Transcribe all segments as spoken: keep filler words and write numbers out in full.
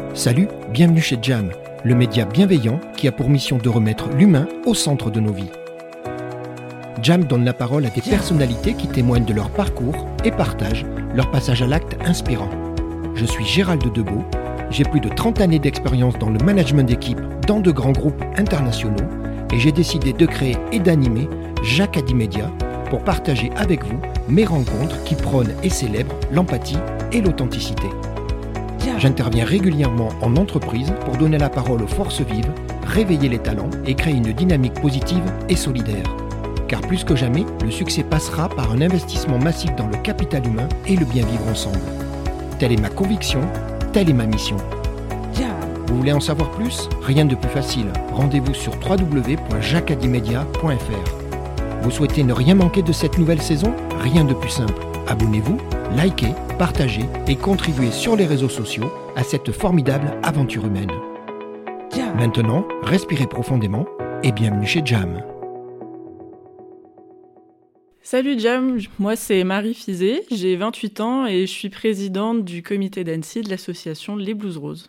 Salut, bienvenue chez Jam, le média bienveillant qui a pour mission de remettre l'humain au centre de nos vies. Jam donne la parole à des personnalités qui témoignent de leur parcours et partagent leur passage à l'acte inspirant. Je suis Gérald Debeau, j'ai plus de trente années d'expérience dans le management d'équipe dans de grands groupes internationaux et j'ai décidé de créer et d'animer Jacadi Media pour partager avec vous mes rencontres qui prônent et célèbrent l'empathie et l'authenticité. J'interviens régulièrement en entreprise pour donner la parole aux forces vives, réveiller les talents et créer une dynamique positive et solidaire. Car plus que jamais, le succès passera par un investissement massif dans le capital humain et le bien vivre ensemble. Telle est ma conviction, telle est ma mission. Vous voulez en savoir plus ? Rien de plus facile. Rendez-vous sur w w w point jacadimedia point f r. Vous souhaitez ne rien manquer de cette nouvelle saison ? Rien de plus simple. Abonnez-vous, likez, partagez et contribuez sur les réseaux sociaux à cette formidable aventure humaine. Jam. Maintenant, respirez profondément et bienvenue chez Jam. Salut Jam, moi c'est Marie Fizet, j'ai vingt-huit ans et je suis présidente du comité d'Annecy de l'association Les Blues Roses.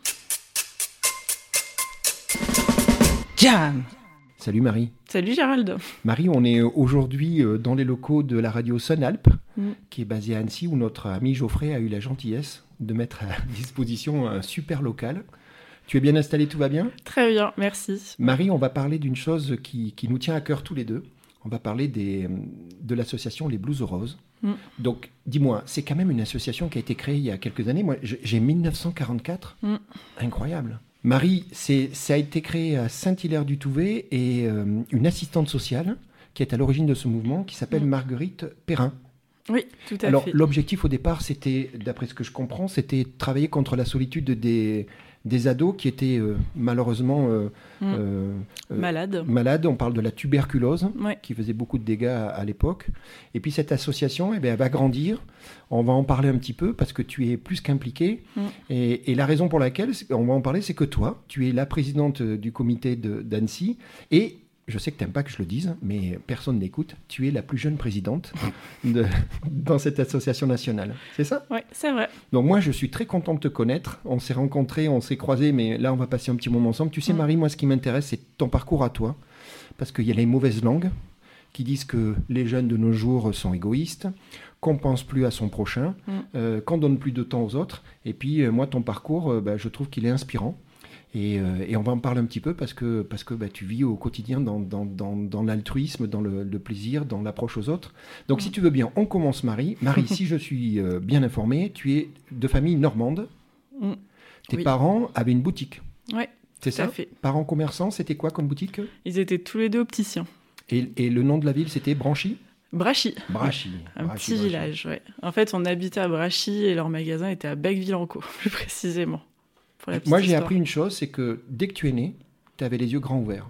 Jam. Salut Marie. Salut Gérald. Marie, on est aujourd'hui dans les locaux de la radio Sun-Alpes, mm. qui est basée à Annecy, où notre ami Geoffrey a eu la gentillesse de mettre à disposition un super local. Tu es bien installée, tout va bien ? Très bien, merci. Marie, on va parler d'une chose qui, qui nous tient à cœur tous les deux. On va parler des, de l'association Les Blues Roses. Mm. Donc, dis-moi, c'est quand même une association qui a été créée il y a quelques années. Moi, j'ai dix-neuf cent quarante-quatre. Mm. Incroyable. Marie, c'est, ça a été créé à Saint-Hilaire-du-Touvet et euh, une assistante sociale qui est à l'origine de ce mouvement qui s'appelle mmh. Marguerite Perrin. Oui, tout à Alors, fait. Alors, l'objectif au départ, c'était, d'après ce que je comprends, c'était travailler contre la solitude des, des ados qui étaient euh, malheureusement euh, mmh. euh, malades. malades. On parle de la tuberculose ouais. qui faisait beaucoup de dégâts à, à l'époque. Et puis cette association, eh bien, elle va grandir. On va en parler un petit peu parce que tu es plus qu'impliquée. Mmh. Et, et la raison pour laquelle on va en parler, c'est que toi, tu es la présidente du comité de, d'Annecy. Et je sais que tu n'aimes pas que je le dise, mais personne n'écoute. Tu es la plus jeune présidente de, dans cette association nationale. C'est ça ? Oui, c'est vrai. Donc moi, je suis très content de te connaître. On s'est rencontrés, on s'est croisés, mais là, on va passer un petit moment ensemble. Tu sais, mmh. Marie, moi, ce qui m'intéresse, c'est ton parcours à toi. Parce qu'il y a les mauvaises langues qui disent que les jeunes de nos jours sont égoïstes, qu'on ne pense plus à son prochain, mmh. euh, qu'on ne donne plus de temps aux autres. Et puis, euh, moi, ton parcours, euh, bah, je trouve qu'il est inspirant. Et, euh, et on va en parler un petit peu parce que, parce que bah, tu vis au quotidien dans, dans, dans, dans l'altruisme, dans le, le plaisir, dans l'approche aux autres. Donc, mmh. si tu veux bien, on commence, Marie. Marie, si je suis euh, bien informée, tu es de famille normande. Mmh. Tes oui. parents avaient une boutique. Oui, c'est ça. Fait. Parents commerçants, c'était quoi comme boutique ? Ils étaient tous les deux opticiens. Et, et le nom de la ville, c'était Branchy ? Brachy. Brachy. Un Brachy, petit Brachy. village, ouais. En fait, on habitait à Brachy et leur magasin était à Bec-Villancourt, plus précisément. Moi, j'ai histoire. appris une chose, c'est que dès que tu es né, tu avais les yeux grands ouverts.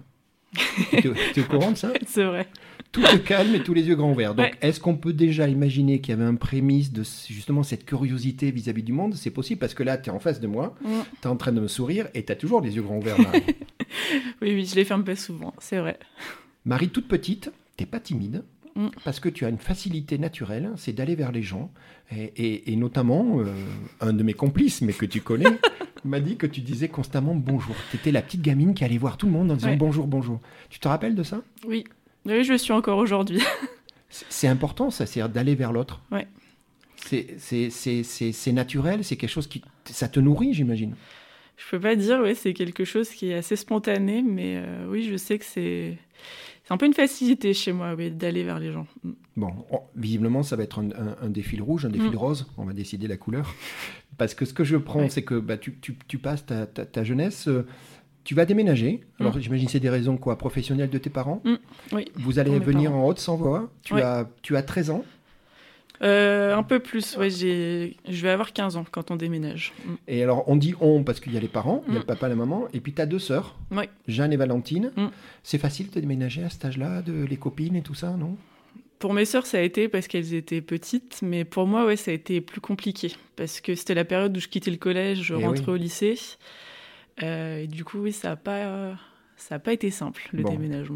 Tu es au courant de ça ? C'est vrai. Tout te calme et tous les yeux grands ouverts. Donc, ouais. est-ce qu'on peut déjà imaginer qu'il y avait un prémisse de justement cette curiosité vis-à-vis du monde ? C'est possible parce que là, tu es en face de moi, mm. tu es en train de me sourire et tu as toujours les yeux grands ouverts. Marie. oui, oui, je les ferme pas souvent, c'est vrai. Marie, toute petite, tu n'es pas timide. Mm. Parce que tu as une facilité naturelle, c'est d'aller vers les gens. Et, et, et notamment, euh, un de mes complices, mais que tu connais, m'a dit que tu disais constamment bonjour. Tu étais la petite gamine qui allait voir tout le monde en disant ouais. bonjour, bonjour. Tu te rappelles de ça ? Oui, oui, je le suis encore aujourd'hui. c'est, c'est important, ça, c'est d'aller vers l'autre. Ouais. C'est, c'est, c'est, c'est, c'est naturel, c'est quelque chose qui... Ça te nourrit, j'imagine. Je peux pas dire, oui, c'est quelque chose qui est assez spontané, mais euh, oui, je sais que c'est... C'est un peu une facilité chez moi, oui, d'aller vers les gens. Bon, on, visiblement, ça va être un, un, un des fils rouges, un des mm. fils roses. On va décider la couleur. Parce que ce que je prends, ouais. c'est que bah, tu, tu, tu passes ta, ta, ta jeunesse, euh, tu vas déménager. Alors, mm. j'imagine que c'est des raisons quoi, professionnelles de tes parents. Mm. Oui. Vous allez venir parents. En Haute-Savoie. Tu, ouais. as, tu as treize ans. Euh, un peu plus, ouais, j'ai... je vais avoir quinze ans quand on déménage. Mm. Et alors, on dit on parce qu'il y a les parents, il mm. y a le papa et la maman, et puis tu as deux sœurs, ouais. Jeanne et Valentine. Mm. C'est facile de déménager à cet âge-là, de, les copines et tout ça, non ? Pour mes sœurs, ça a été parce qu'elles étaient petites, mais pour moi, ouais, ça a été plus compliqué, parce que c'était la période où je quittais le collège, je et rentrais oui. au lycée, euh, et du coup, oui, ça n'a pas, euh, ça a pas été simple, le bon. déménagement.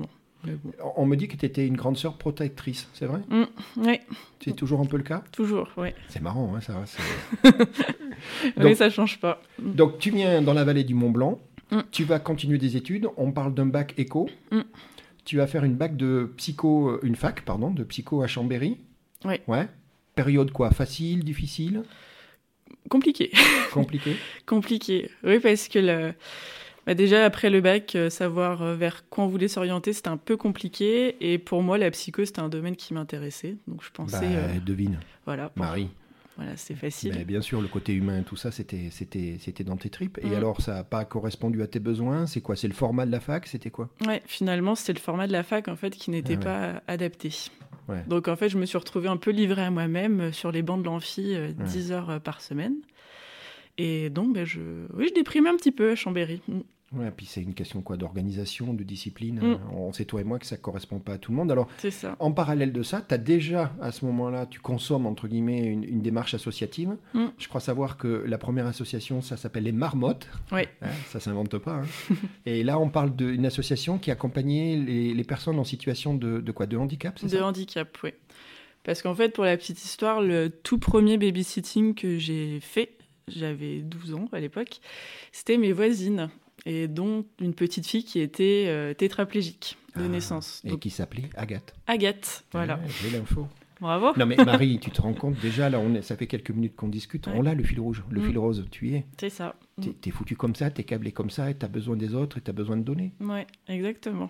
bon. On me dit que tu étais une grande sœur protectrice, c'est vrai? Mmh, oui. C'est toujours un peu le cas? Toujours, oui. C'est marrant, hein, ça. Oui, ça change pas. Donc, tu viens dans la vallée du Mont-Blanc, mmh. tu vas continuer des études, on parle d'un bac éco, mmh. tu vas faire une bac de psycho, une fac, pardon, de psycho à Chambéry. Oui. Ouais. Période quoi? Facile, difficile? Compliqué. Compliqué? Compliqué. Oui, parce que le... bah déjà, après le bac, euh, savoir euh, vers quoi on voulait s'orienter, c'était un peu compliqué. Et pour moi, la psycho, c'était un domaine qui m'intéressait. Donc, je pensais... Bah, euh... devine. Voilà. Marie. Voilà, c'est facile. Mais bien sûr, le côté humain, tout ça, c'était, c'était, c'était dans tes tripes. Et mmh. alors, ça n'a pas correspondu à tes besoins? C'est quoi? C'est le format de la fac? C'était quoi? Ouais, finalement, c'était le format de la fac, en fait, qui n'était ah ouais. pas adapté. Ouais. Donc, en fait, je me suis retrouvée un peu livrée à moi-même sur les bancs de l'amphi, euh, ouais. dix heures par semaine. Et donc, ben, je... Oui, je déprimais un petit peu à Chambéry. Mmh. Ouais, puis c'est une question quoi, d'organisation, de discipline. Mm. On sait, toi et moi, que ça ne correspond pas à tout le monde. Alors, c'est ça. En parallèle de ça, tu as déjà, à ce moment-là, tu consommes, entre guillemets, une, une démarche associative. Mm. Je crois savoir que la première association, ça s'appelle les Marmottes. Oui. Hein, ça ne s'invente pas. Hein. Et là, on parle d'une association qui accompagnait les, les personnes en situation de, de quoi? De handicap, c'est de ça? De handicap, oui. Parce qu'en fait, pour la petite histoire, le tout premier babysitting que j'ai fait, j'avais douze ans à l'époque, c'était mes voisines. Et dont une petite fille qui était euh, tétraplégique de ah, naissance. Et donc, qui s'appelait Agathe. Agathe, voilà. Ouais, j'ai l'info. Bravo. Non mais Marie, tu te rends compte, déjà, là, on est, ça fait quelques minutes qu'on discute, ouais. On l'a le fil rouge, le mmh. fil rose, tu y es. C'est ça. T'es, t'es foutu comme ça, t'es câblé comme ça, et t'as besoin des autres, et t'as besoin de donner. Ouais, exactement.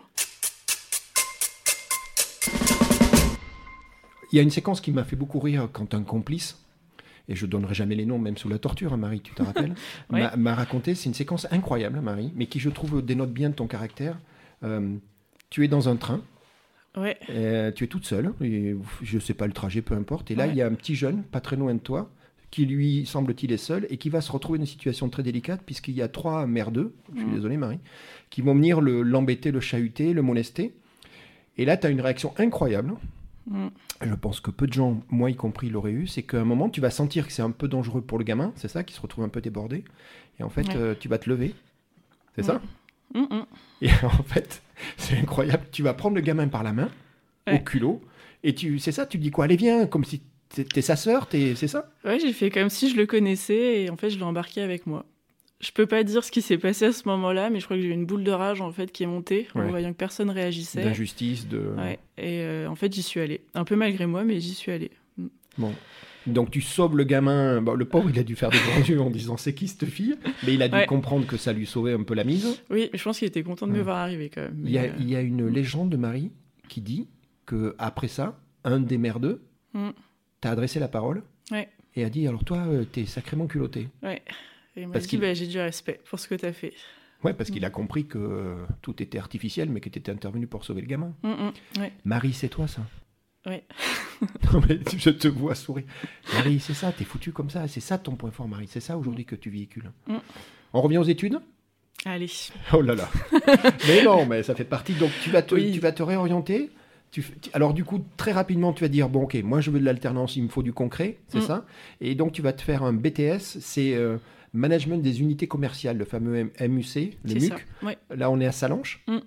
Il y a une séquence qui m'a fait beaucoup rire quand un complice, et je donnerai jamais les noms, même sous la torture, hein, Marie, tu te rappelles, ouais. m'a, m'a raconté, c'est une séquence incroyable, Marie, mais qui, je trouve, dénote bien de ton caractère. Euh, tu es dans un train, ouais. euh, tu es toute seule, et je ne sais pas le trajet, peu importe, et là, ouais. il y a un petit jeune, pas très loin de toi, qui, lui, semble-t-il, est seul, et qui va se retrouver dans une situation très délicate, puisqu'il y a trois merdeux, je suis mmh. désolé, Marie, qui vont venir le, l'embêter, le chahuter, le molester. Et là, tu as une réaction incroyable. Mmh. Je pense que peu de gens, moi y compris, l'auraient eu. C'est qu'à un moment, tu vas sentir que c'est un peu dangereux pour le gamin, c'est ça, qui se retrouve un peu débordé. Et en fait, ouais. euh, tu vas te lever. C'est mmh. ça mmh. Et en fait, c'est incroyable. Tu vas prendre le gamin par la main, ouais. au culot, et tu, c'est ça, tu dis quoi? Allez, viens, comme si t'es sa sœur, t'es, c'est ça? Ouais, j'ai fait comme si je le connaissais, et en fait, je l'ai embarqué avec moi. Je peux pas dire ce qui s'est passé à ce moment-là, mais je crois que j'ai eu une boule de rage en fait qui est montée ouais. en voyant que personne réagissait. D'injustice, de. Ouais. Et euh, en fait, j'y suis allée. Un peu malgré moi, mais j'y suis allée. Bon. Donc tu sauves le gamin. Bon, le pauvre, il a dû faire des grands yeux en disant c'est qui cette fille, mais il a dû ouais. comprendre que ça lui sauvait un peu la mise. Oui, je pense qu'il était content de ouais. me voir arriver quand même. Mais il y a, euh... il y a une légende de Marie qui dit que après ça, un des merdeux mm. t'a adressé la parole ouais. et a dit alors toi, euh, t'es sacrément culotté. Ouais. Et il m'a parce dit, bah, j'ai du respect pour ce que tu as fait. Oui, parce mmh. qu'il a compris que euh, tout était artificiel, mais que tu étais intervenu pour sauver le gamin. Mmh, mmh, ouais. Marie, c'est toi, ça? Oui. Non, mais je te vois sourire. Marie, c'est ça, t'es foutu comme ça. C'est ça ton point fort, Marie. C'est ça aujourd'hui que tu véhicules. Mmh. On revient aux études? Allez. Oh là là. Mais non, mais ça fait partie. Donc, tu vas te, oui. tu vas te réorienter. Tu, alors du coup, très rapidement, tu vas dire, bon ok, moi je veux de l'alternance, il me faut du concret, c'est mmh. ça. Et donc, tu vas te faire un B T S, c'est... Euh, Management des unités commerciales, le fameux M U C, le c'est M U C. Ouais. Là, on est à Sallanches. Mm.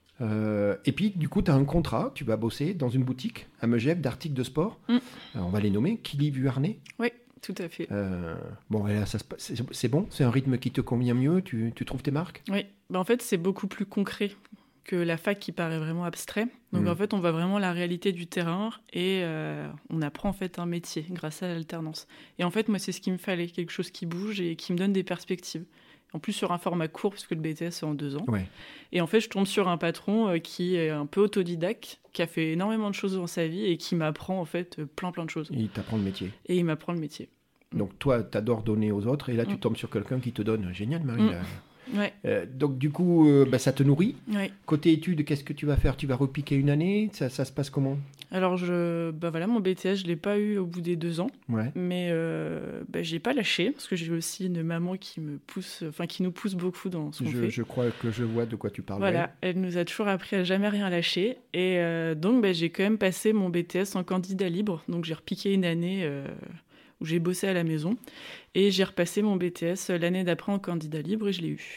Euh, et puis, du coup, tu as un contrat. Tu vas bosser dans une boutique à Megève d'articles de sport. Mm. Alors, on va les nommer. Kili Vuarnet. Oui, tout à fait. Euh, bon, là, ça, c'est, c'est bon? C'est un rythme qui te convient mieux? Tu, tu trouves tes marques? Oui. Ben, en fait, c'est beaucoup plus concret que la fac qui paraît vraiment abstrait. Donc, mmh. en fait, on voit vraiment la réalité du terrain et euh, on apprend en fait un métier grâce à l'alternance. Et en fait, moi, c'est ce qu'il me fallait, quelque chose qui bouge et qui me donne des perspectives. En plus, sur un format court, parce que le B T S, c'est en deux ans. Ouais. Et en fait, je tombe sur un patron euh, qui est un peu autodidacte, qui a fait énormément de choses dans sa vie et qui m'apprend en fait plein, plein de choses. Et il t'apprend le métier. Et il m'apprend le métier. Donc, toi, t'adores donner aux autres et là, tu mmh. tombes sur quelqu'un qui te donne. Génial, Marie. Mmh. Là. Ouais. Euh, donc du coup, euh, bah, ça te nourrit. Ouais. Côté études, qu'est-ce que tu vas faire? Tu vas repiquer une année? Ça, ça se passe comment? Alors, je, bah voilà, mon B T S, je ne l'ai pas eu au bout des deux ans. Ouais. Mais euh, bah, je n'ai pas lâché, parce que j'ai aussi une maman qui, me pousse, enfin, qui nous pousse beaucoup dans ce qu'on je, fait. Je crois que je vois de quoi tu parles. Voilà, elle nous a toujours appris à jamais rien lâcher. Et euh, donc, bah, j'ai quand même passé mon B T S en candidat libre. Donc, j'ai repiqué une année... Euh, où j'ai bossé à la maison. Et j'ai repassé mon B T S l'année d'après en candidat libre et je l'ai eu.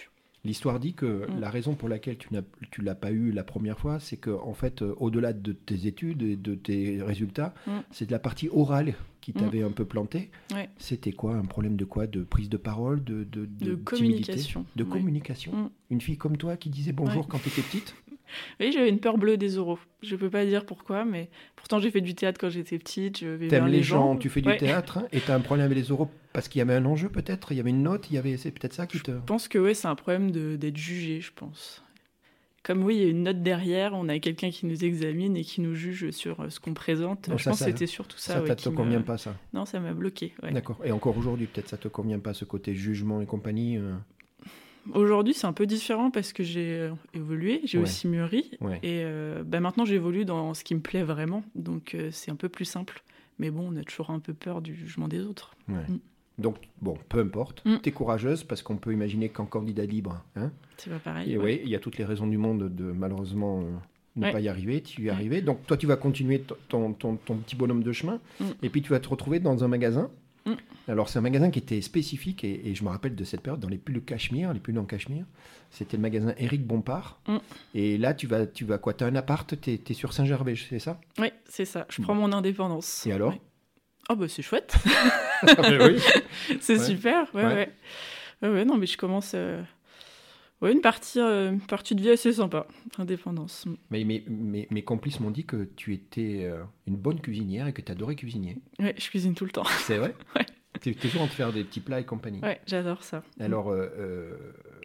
L'histoire dit que Mm. la raison pour laquelle tu n'as tu l'as pas eu la première fois, c'est que en fait, euh, au-delà de tes études et de tes résultats, Mm. c'est de la partie orale qui Mm. t'avait un peu planté. Ouais. C'était quoi, un problème de quoi? De prise de parole, de, de, de, De timidité communication. De Ouais. communication. Mm. Une fille comme toi qui disait bonjour Ouais. quand tu étais petite. Oui, j'avais une peur bleue des oraux. Je peux pas dire pourquoi, mais pourtant j'ai fait du théâtre quand j'étais petite. Je vais T'aimes vers les gens, tu fais du Ouais. théâtre, hein, et t'as un problème avec les oraux parce qu'il y avait un enjeu peut-être, il y avait une note, il y avait, c'est peut-être ça qui te... Je pense que ouais, c'est un problème de, d'être jugé, je pense. Comme oui, il y a une note derrière, on a quelqu'un qui nous examine et qui nous juge sur euh, ce qu'on présente. Donc je ça, pense ça- que c'était surtout ça. Ça, ouais, ça qui te me- convient pas, ça? Non, ça m'a bloqué. Ouais. D'accord. Et encore aujourd'hui, peut-être ça te convient pas, ce côté jugement et compagnie euh, Aujourd'hui, c'est un peu différent parce que j'ai euh, évolué, j'ai Ouais. aussi mûri. Ouais. Et euh, bah, maintenant, j'évolue dans ce qui me plaît vraiment. Donc, euh, c'est un peu plus simple. Mais bon, on a toujours un peu peur du jugement des autres. Ouais. Mm. Donc, bon, peu importe. Mm. T'es courageuse parce qu'on peut imaginer qu'en candidat libre, hein, C'est pas pareil. et ouais. oui, il y a toutes les raisons du monde de malheureusement euh, ne Ouais. pas y arriver. Tu y es Ouais. arrivé. Donc, toi, tu vas continuer t- ton, ton, ton petit bonhomme de chemin. Mm. Et puis, tu vas te retrouver dans un magasin. Mm. Alors, c'est un magasin qui était spécifique. Et, et je me rappelle de cette période dans les pulls de cachemire, les pulls en cachemire. C'était le magasin Éric Bompard. Mm. Et là, tu vas, tu vas quoi? Tu as un appart, tu es sur Saint-Gervais, c'est ça? Oui, c'est ça. Je prends mon indépendance. Et alors? Ouais. Oh, bah, c'est chouette. Ah, ben oui. C'est Ouais. super. Ouais, Ouais. ouais. Ouais, ouais, non, mais je commence. euh, Ouais, une partie, euh, une partie de vie assez sympa. Indépendance. Mm. Mais, mais, mais- mes complices m'ont dit que tu étais euh, une bonne cuisinière et que tu adorais cuisiner. Ouais, je cuisine tout le temps. C'est vrai? Ouais. Tu es toujours en train de faire des petits plats et compagnie. Ouais, j'adore ça. Alors, euh, euh,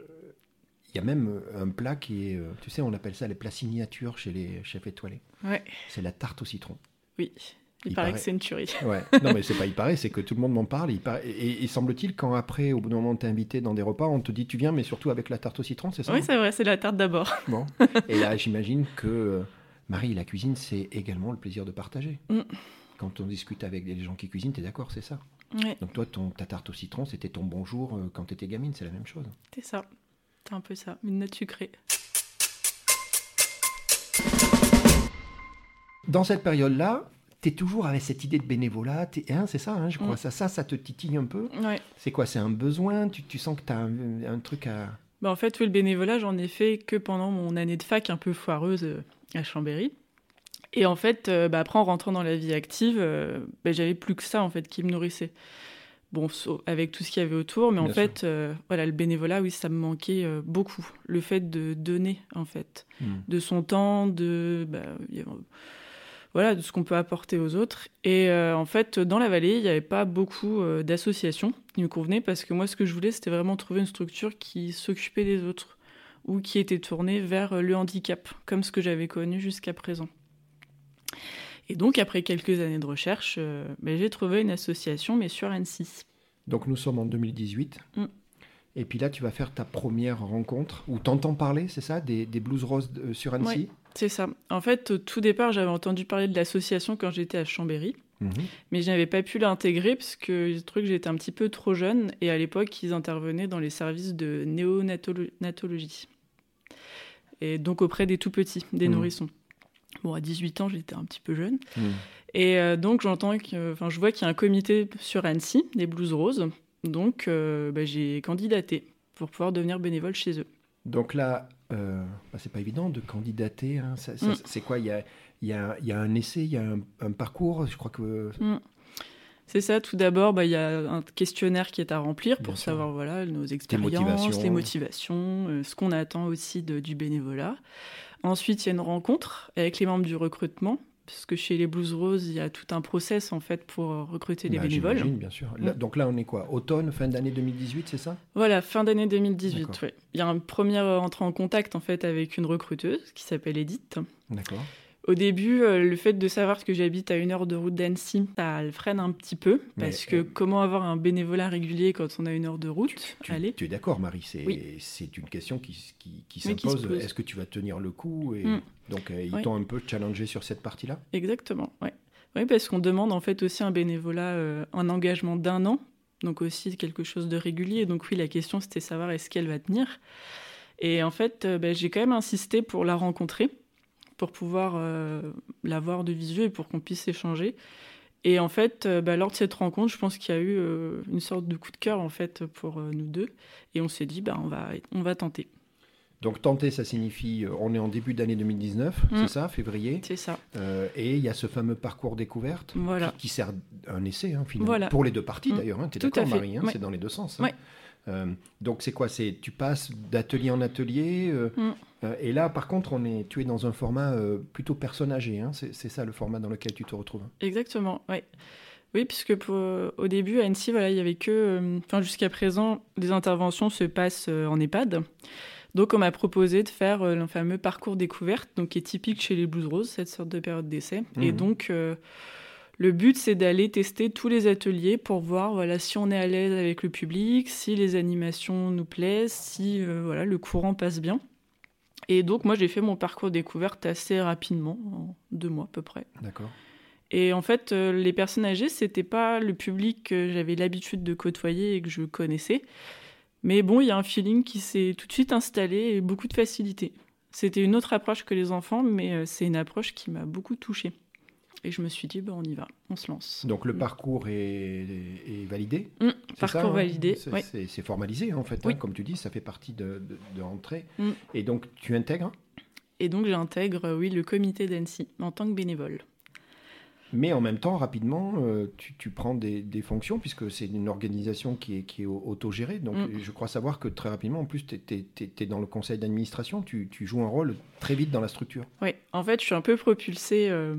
il y a même un plat qui est, euh, tu sais, on appelle ça les plats signatures chez les chefs étoilés. Ouais, C'est la tarte au citron. oui. Il, Il paraît, paraît. que c'est une tuerie. Ouais. Non, mais c'est pas il paraît, c'est que tout le monde m'en parle. Il paraît- et, et semble-t-il, quand après, au bout d'un moment, t'es invité dans des repas, on te dit tu viens, mais surtout avec la tarte au citron, c'est ça? Oui, hein c'est vrai, c'est la tarte d'abord. Bon. Et là, j'imagine que euh, Marie, la cuisine, c'est également le plaisir de partager. Mm. Quand on discute avec des gens qui cuisinent, t'es d'accord, c'est ça? Ouais, Donc toi, ton, ta tarte au citron, c'était ton bonjour euh, quand t'étais gamine, c'est la même chose. c'est ça. C'est un peu ça. Une note sucrée. Dans cette période-là, t'es toujours avec cette idée de bénévolat, t'es- hein, c'est ça, hein, je crois. Mm. Ça, ça, ça te titille un peu. Ouais. C'est quoi? C'est un besoin? Tu, tu sens que t'as un, un truc à... Bah, en fait, oui, le bénévolat, j'en ai fait que pendant mon année de fac un peu foireuse euh, à Chambéry. Et en fait, euh, bah, après, en rentrant dans la vie active, euh, bah, j'avais plus que ça, en fait, qui me nourrissait. Bon, sauf- avec tout ce qu'il y avait autour, mais en Bien fait, euh, voilà, le bénévolat, oui, ça me manquait euh, beaucoup. Le fait de donner, en fait, Hmm. de son temps, de, bah, y a- voilà, de ce qu'on peut apporter aux autres. Et euh, en fait, dans la vallée, il n'y avait pas beaucoup euh, d'associations qui me convenaient parce que moi, ce que je voulais, c'était vraiment trouver une structure qui s'occupait des autres ou qui était tournée vers euh, le handicap, comme ce que j'avais connu jusqu'à présent. Et donc, après quelques années de recherche, euh, ben, j'ai trouvé une association, mais sur Annecy. Donc nous sommes en deux mille dix-huit. Mm. Et puis là, tu vas faire ta première rencontre, ou t'entends parler, c'est ça, des, des Blues Roses euh, sur Annecy? Ouais. C'est ça. En fait, au tout départ, j'avais entendu parler de l'association quand j'étais à Chambéry. Mhm. Mais je n'avais pas pu l'intégrer parce que je trouvais que j'étais un petit peu trop jeune et à l'époque, ils intervenaient dans les services de néonatologie. Et donc auprès des tout-petits, des Mmh. nourrissons. Bon, à dix-huit ans, j'étais un petit peu jeune. Mhm. Et euh, donc, j'entends que, enfin, je vois qu'il y a un comité sur Annecy, des Blues Roses. Donc, euh, bah, j'ai candidaté pour pouvoir devenir bénévole chez eux. Donc là, euh, bah, c'est pas évident de candidater. Hein. Ça- ça- Mm. C'est quoi? Il y a, il y, a, il y a un essai, il y a un, un parcours. Je crois que. C'est ça, tout d'abord, bah, il y a un questionnaire qui est à remplir pour Bien sûr. savoir voilà, nos expériences, motivations. les motivations, euh, ce qu'on attend aussi de- du bénévolat. Ensuite, il y a une rencontre avec les membres du recrutement, parce que chez les Blues Roses, il y a tout un process en fait pour euh, recruter les Bah, bénévoles. j'imagine, bien sûr. Là- Mm. donc là, on est quoi? Automne, fin d'année deux mille dix-huit, c'est ça? Voilà, fin d'année deux mille dix-huit. D'accord. Ouais. Il y a une première entrée en contact en fait avec une recruteuse qui s'appelle Edith. D'accord. Au début, euh, le fait de savoir que j'habite à une heure de route d'Annecy, ça le freine un petit peu, Mais, parce que euh, comment avoir un bénévolat régulier quand on a une heure de route? Tu, Allez. tu es d'accord, Marie? C'est Oui. c'est une question qui, qui, qui Oui, qui se s'impose. pose. Est-ce que tu vas tenir le coup? Et Mm. donc, euh, ils Oui. t'ont un peu challengé sur cette partie-là? Exactement, ouais. Oui, parce qu'on demande en fait aussi un bénévolat, euh, un engagement d'un an, donc aussi quelque chose de régulier. Donc oui, la question c'était savoir est-ce qu'elle va tenir. Et en fait, euh, bah, j'ai quand même insisté pour la rencontrer, pour pouvoir euh, la voir de visu et pour qu'on puisse échanger. Et en fait, euh, bah, lors de cette rencontre, je pense qu'il y a eu euh, une sorte de coup de cœur en fait, pour euh, nous deux. Et on s'est dit, bah, on, va, on va tenter. Donc tenter, ça signifie, euh, on est en début d'année deux mille dix-neuf, mmh. c'est ça, février. C'est ça. Euh, et il y a ce fameux parcours découverte voilà. qui, qui sert un essai, hein, finalement, voilà. pour les deux parties mmh. d'ailleurs. Hein, tu es d'accord, Marie, hein, ouais. c'est dans les deux sens. Hein. Ouais. Euh, donc c'est quoi, c'est, tu passes d'atelier en atelier euh, mmh. euh, et là, par contre, on est, tu es dans un format euh, plutôt personne âgée. Hein, c'est, c'est ça le format dans lequel tu te retrouves. Hein. Exactement, oui. Oui, puisque pour, euh, au début, à Annecy, voilà, il n'y avait que... Enfin, euh, jusqu'à présent, les interventions se passent euh, en EHPAD. Donc, on m'a proposé de faire euh, le fameux parcours découverte, donc, qui est typique chez les Blues Roses, cette sorte de période d'essai. Mmh. Et donc, euh, le but, c'est d'aller tester tous les ateliers pour voir voilà, si on est à l'aise avec le public, si les animations nous plaisent, si euh, voilà, le courant passe bien. Et donc, moi, j'ai fait mon parcours découverte assez rapidement, en deux mois à peu près. D'accord. Et en fait, euh, les personnes âgées, c'était pas le public que j'avais l'habitude de côtoyer et que je connaissais. Mais bon, il y a un feeling qui s'est tout de suite installé et beaucoup de facilité. C'était une autre approche que les enfants, mais euh, c'est une approche qui m'a beaucoup touchée. Et je me suis dit, bah, on y va, on se lance. Donc le mmh. parcours est, est validé mmh, Parcours ça, validé, c'est, oui. c'est, c'est formalisé en fait, oui. hein, comme tu dis, ça fait partie de, de, de l'entrée. Mmh. Et donc tu intègres Et donc j'intègre, oui, le comité d'Annecy en tant que bénévole. Mais en même temps, rapidement, euh, tu, tu prends des, des fonctions, puisque c'est une organisation qui est, qui est autogérée. Donc, mm. je crois savoir que très rapidement, en plus, tu es dans le conseil d'administration, tu, tu joues un rôle très vite dans la structure. Oui, en fait, je suis un peu propulsée, euh,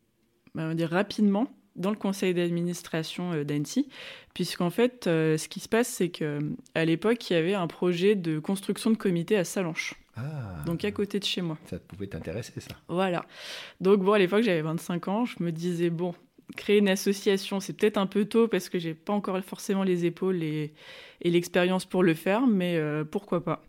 on va dire rapidement, dans le conseil d'administration euh, d'Annecy, puisqu'en fait, euh, ce qui se passe, c'est qu'à l'époque, il y avait un projet de construction de comité à Salanches. Ah, donc à côté de chez moi. Ça pouvait t'intéresser, ça. Voilà. Donc bon, à l'époque, j'avais vingt-cinq ans. Je me disais, bon, créer une association, c'est peut-être un peu tôt parce que j'ai pas encore forcément les épaules et, et l'expérience pour le faire, mais euh, pourquoi pas.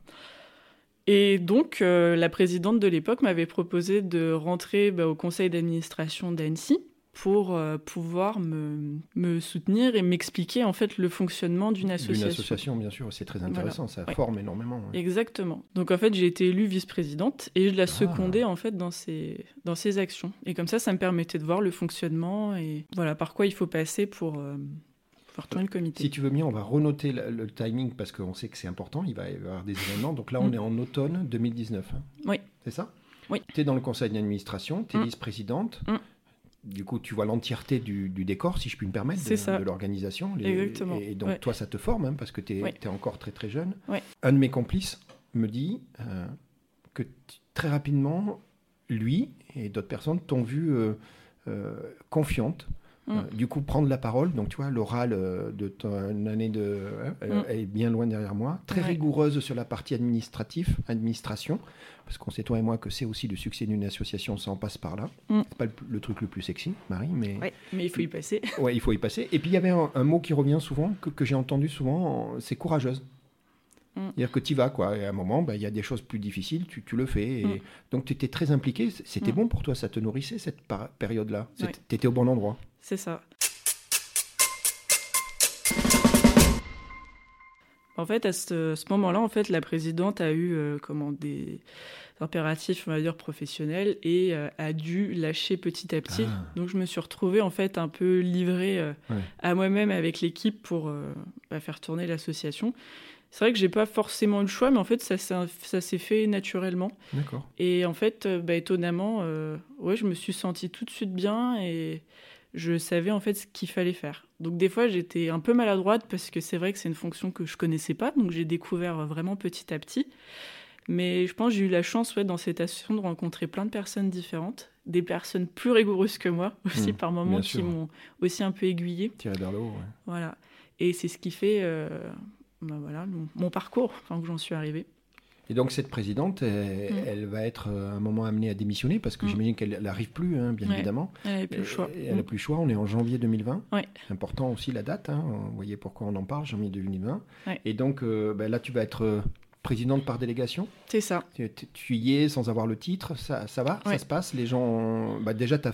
Et donc, euh, la présidente de l'époque m'avait proposé de rentrer bah, au conseil d'administration d'Annecy pour euh, pouvoir me, me soutenir et m'expliquer en fait le fonctionnement d'une association. D'une association, bien sûr, c'est très intéressant, voilà. Ça ouais. forme énormément. Ouais. Exactement. Donc en fait, j'ai été élue vice-présidente et je la secondais ah. en fait dans ses, dans ses actions. Et comme ça, ça me permettait de voir le fonctionnement et voilà par quoi il faut passer pour euh, faire tourner le comité. Si tu veux bien, on va renoter le, le timing parce qu'on sait que c'est important, il va y avoir des événements. Donc là, on mm. est en automne deux mille dix-neuf. Hein. Oui. C'est ça ? Oui. Tu es dans le conseil d'administration, tu es mm. vice-présidente. Mm. Du coup, tu vois l'entièreté du, du décor, si je puis me permettre, de, de l'organisation. Les, Exactement. Et donc, ouais. toi, ça te forme, hein, parce que tu es ouais. encore très, très jeune. Ouais. Un de mes complices me dit euh, que t- très rapidement, lui et d'autres personnes t'ont vu euh, euh, confiante. Mm. Euh, du coup, prendre la parole. Donc, tu vois, l'oral euh, de ton année de, euh, mm. est bien loin derrière moi. Très ouais. rigoureuse sur la partie administrative, administration. Parce qu'on sait, toi et moi, que c'est aussi le succès d'une association, ça en passe par là. Mm. C'est pas le, le truc le plus sexy, Marie, mais... Oui, mais il faut y passer. Oui, il faut y passer. Et puis, il y avait un, un mot qui revient souvent, que, que j'ai entendu souvent, c'est courageuse. Mm. C'est-à-dire que tu y vas, quoi. Et à un moment, bah, y a des choses plus difficiles, tu, tu le fais. Et... Mm. Donc, tu étais très impliqué. C'était mm. bon pour toi, ça te nourrissait, cette par- période-là. Tu étais au bon endroit. C'est ça. En fait, à ce, ce moment-là, en fait, la présidente a eu euh, comment, des impératifs, on va dire, professionnels et euh, a dû lâcher petit à petit. Ah. Donc, je me suis retrouvée, en fait, un peu livrée euh, ouais. à moi-même avec l'équipe pour euh, bah, faire tourner l'association. C'est vrai que j'ai pas forcément eu le choix, mais en fait, ça, ça, ça s'est fait naturellement. D'accord. Et en fait, euh, bah, étonnamment, euh, ouais, je me suis sentie tout de suite bien et je savais en fait ce qu'il fallait faire. Donc des fois, j'étais un peu maladroite parce que c'est vrai que c'est une fonction que je connaissais pas, donc j'ai découvert vraiment petit à petit. Mais je pense que j'ai eu la chance ouais, dans cette association de rencontrer plein de personnes différentes, des personnes plus rigoureuses que moi aussi mmh, par moments qui sûr. m'ont aussi un peu aiguillée. Tiré vers le haut, ouais. Voilà. Et c'est ce qui fait euh, ben voilà, mon, mon parcours, enfin où j'en suis arrivée. Et donc cette présidente, elle, mmh. elle va être à un moment amenée à démissionner parce que mmh. j'imagine qu'elle n'arrive plus, hein, bien ouais. évidemment. Elle n'a plus le choix. Elle n'a mmh. plus le choix, on est en janvier deux mille vingt. Ouais. C'est important aussi la date, hein. Vous voyez pourquoi on en parle, janvier deux mille vingt. Ouais. Et donc euh, ben là, tu vas être euh, présidente par délégation. C'est ça. Tu, tu y es sans avoir le titre, ça, ça va, ouais. ça se passe. Les gens, bah, déjà, t'as fait,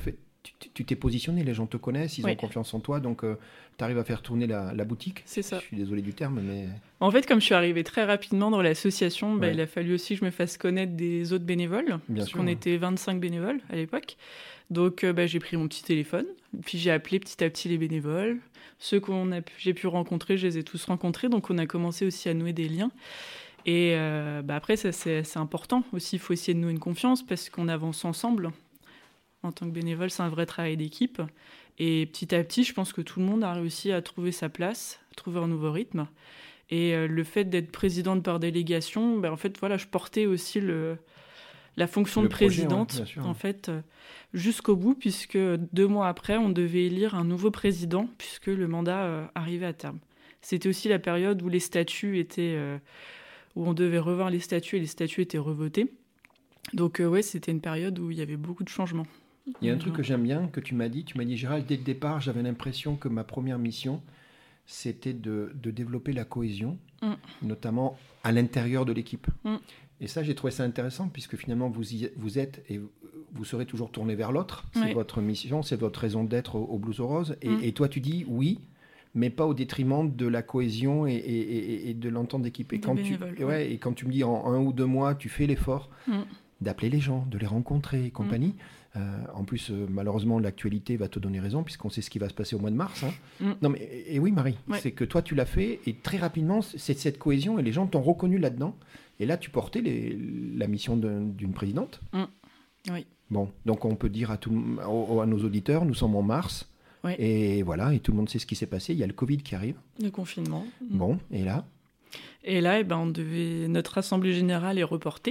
tu, tu t'es positionné, les gens te connaissent, ils oui. ont confiance en toi, donc euh, tu arrives à faire tourner la, la boutique. C'est ça. Je suis désolé du terme, mais... En fait, comme je suis arrivée très rapidement dans l'association, bah, ouais. il a fallu aussi que je me fasse connaître des autres bénévoles, Bien parce sûr, qu'on ouais. était vingt-cinq bénévoles à l'époque. Donc euh, bah, j'ai pris mon petit téléphone, puis j'ai appelé petit à petit les bénévoles. Ceux que j'ai pu rencontrer, je les ai tous rencontrés, donc on a commencé aussi à nouer des liens. Et euh, bah, après, ça, c'est, c'est important aussi, il faut essayer de nouer une confiance, parce qu'on avance ensemble. En tant que bénévole, c'est un vrai travail d'équipe. Et petit à petit, je pense que tout le monde a réussi à trouver sa place, à trouver un nouveau rythme. Et euh, le fait d'être présidente par délégation, ben, en fait, voilà, je portais aussi le, la fonction le de projet, présidente, ouais, bien sûr, en ouais. fait, euh, jusqu'au bout, puisque deux mois après, on devait élire un nouveau président, puisque le mandat euh, arrivait à terme. C'était aussi la période où les statuts étaient, euh, où on devait revoir les statuts et les statuts étaient revotés. Donc, euh, ouais, c'était une période où il y avait beaucoup de changements. Il y a un truc que j'aime bien, que tu m'as dit. Tu m'as dit, Gérald, dès le départ, j'avais l'impression que ma première mission, c'était de, de développer la cohésion, mm. notamment à l'intérieur de l'équipe. Mm. Et ça, j'ai trouvé ça intéressant, puisque finalement, vous, y, vous êtes et vous serez toujours tourné vers l'autre. C'est oui. votre mission, c'est votre raison d'être au, au Blues aux Roses. Et, mm. et toi, tu dis oui, mais pas au détriment de la cohésion et, et, et, et de l'entente d'équipe. Et quand, tu, ouais, ouais. et quand tu me dis en un ou deux mois, tu fais l'effort mm. d'appeler les gens, de les rencontrer et compagnie. Mm. Euh, en plus, euh, malheureusement, l'actualité va te donner raison, puisqu'on sait ce qui va se passer au mois de mars. Hein. Mm. Non, mais et, et oui, Marie, ouais. c'est que toi, tu l'as fait, et très rapidement, c'est cette cohésion, et les gens t'ont reconnu là-dedans. Et là, tu portais les, la mission de, d'une présidente. Mm. Oui. Bon, donc on peut dire à, tout, à nos auditeurs, nous sommes en mars, oui. et voilà, et tout le monde sait ce qui s'est passé. Il y a le Covid qui arrive. Le confinement. Mm. Bon, et là Et là, eh ben, on devait... notre assemblée générale est reportée.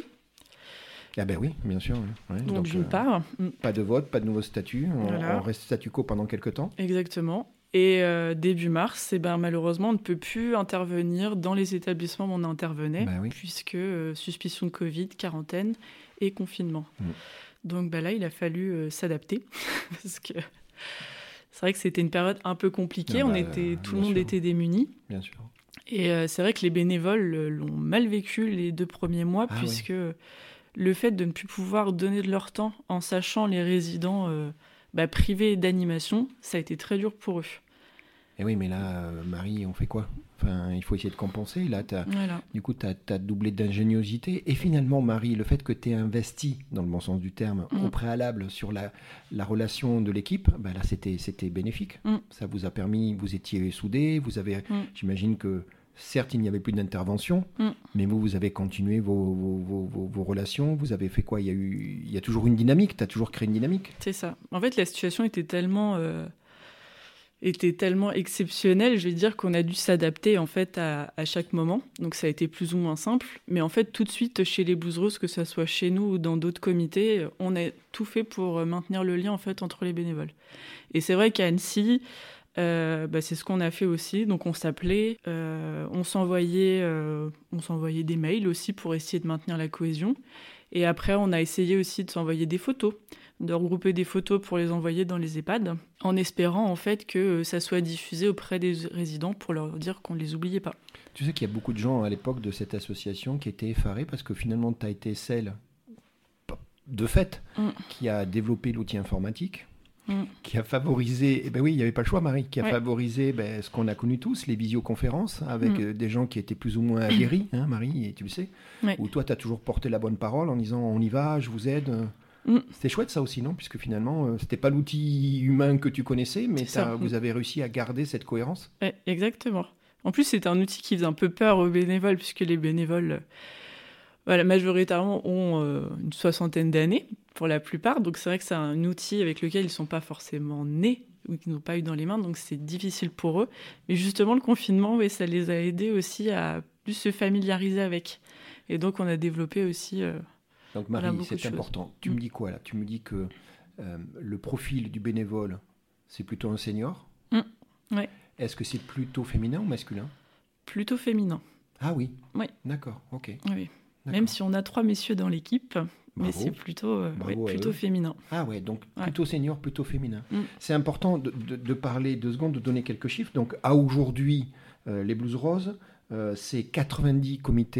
Ah ben oui, bien sûr. Ouais. Donc, Donc d'une euh, part... Pas de vote, pas de nouveau statut. On, voilà. on reste statu quo pendant quelques temps. Exactement. Et euh, début mars, eh ben, malheureusement, on ne peut plus intervenir dans les établissements où on intervenait, bah oui. puisque euh, suspicion de Covid, quarantaine et confinement. Mm. Donc bah, là, il a fallu euh, s'adapter, parce que c'est vrai que c'était une période un peu compliquée. Ah bah, on était, tout le monde sûr. était démuni. Bien sûr. Et euh, c'est vrai que les bénévoles euh, l'ont mal vécu les deux premiers mois, ah, puisque... Oui. Le fait de ne plus pouvoir donner de leur temps en sachant les résidents euh, bah, privés d'animation, ça a été très dur pour eux. Et oui, mais là, euh, Marie, on fait quoi ? Enfin, il faut essayer de compenser. Là, t'as, voilà. Du coup, tu as doublé d'ingéniosité. Et finalement, Marie, le fait que tu aies investi, dans le bon sens du terme, mmh. au préalable sur la, la relation de l'équipe, bah là, c'était, c'était bénéfique. Mmh. Ça vous a permis, vous étiez soudés, vous avez, mmh. j'imagine que... Certes, il n'y avait plus d'intervention, mm. mais vous, vous avez continué vos, vos, vos, vos relations. Vous avez fait quoi ? Il y a eu, il y a toujours une dynamique. Tu as toujours créé une dynamique. C'est ça. En fait, la situation était tellement, euh, était tellement exceptionnelle, je vais dire, qu'on a dû s'adapter en fait à, à chaque moment. Donc, ça a été plus ou moins simple. Mais en fait, tout de suite, chez les Blues Roses, que ce soit chez nous ou dans d'autres comités, on a tout fait pour maintenir le lien en fait entre les bénévoles. Et c'est vrai qu'à Annecy, Euh, bah, c'est ce qu'on a fait aussi. Donc on s'appelait, euh, on s'envoyait, euh, on s'envoyait des mails aussi pour essayer de maintenir la cohésion. Et après, on a essayé aussi de s'envoyer des photos, de regrouper des photos pour les envoyer dans les EHPAD, en espérant en fait que ça soit diffusé auprès des résidents pour leur dire qu'on ne les oubliait pas. Tu sais qu'il y a beaucoup de gens à l'époque de cette association qui étaient effarés parce que finalement, tu as été celle, de fait, mm. qui a développé l'outil informatique. Mmh. Qui a favorisé, eh ben oui, il n'y avait pas le choix, Marie, qui a ouais. favorisé ben, ce qu'on a connu tous, les visioconférences, avec mmh. euh, des gens qui étaient plus ou moins aguerris, hein, Marie, et tu le sais, ouais. où toi, tu as toujours porté la bonne parole en disant on y va, je vous aide. Mmh. C'était chouette ça aussi, non ? Puisque finalement, euh, ce n'était pas l'outil humain que tu connaissais, mais vous avez réussi à garder cette cohérence. Ouais, exactement. En plus, c'était un outil qui faisait un peu peur aux bénévoles, puisque les bénévoles, voilà, majoritairement, ont euh, une soixantaine d'années. Pour la plupart, donc c'est vrai que c'est un outil avec lequel ils ne sont pas forcément nés ou qu'ils n'ont pas eu dans les mains, donc c'est difficile pour eux. Mais justement, le confinement, oui, ça les a aidés aussi à plus se familiariser avec. Et donc, on a développé aussi... Euh, donc Marie, voilà, c'est important. Tu mmh. me dis quoi là ? Tu me dis que euh, le profil du bénévole, c'est plutôt un senior ? mmh. Oui. Est-ce que c'est plutôt féminin ou masculin ? Plutôt féminin. Ah oui ? Oui. D'accord, ok. Oui. D'accord. Même si on a trois messieurs dans l'équipe... Bravo. Mais c'est plutôt, euh, ouais, plutôt féminin. Ah ouais, donc plutôt ouais. senior, plutôt féminin. Mm. C'est important de, de, de parler deux secondes, de donner quelques chiffres. Donc à aujourd'hui, euh, les Blues Roses, euh, c'est quatre-vingt-dix comités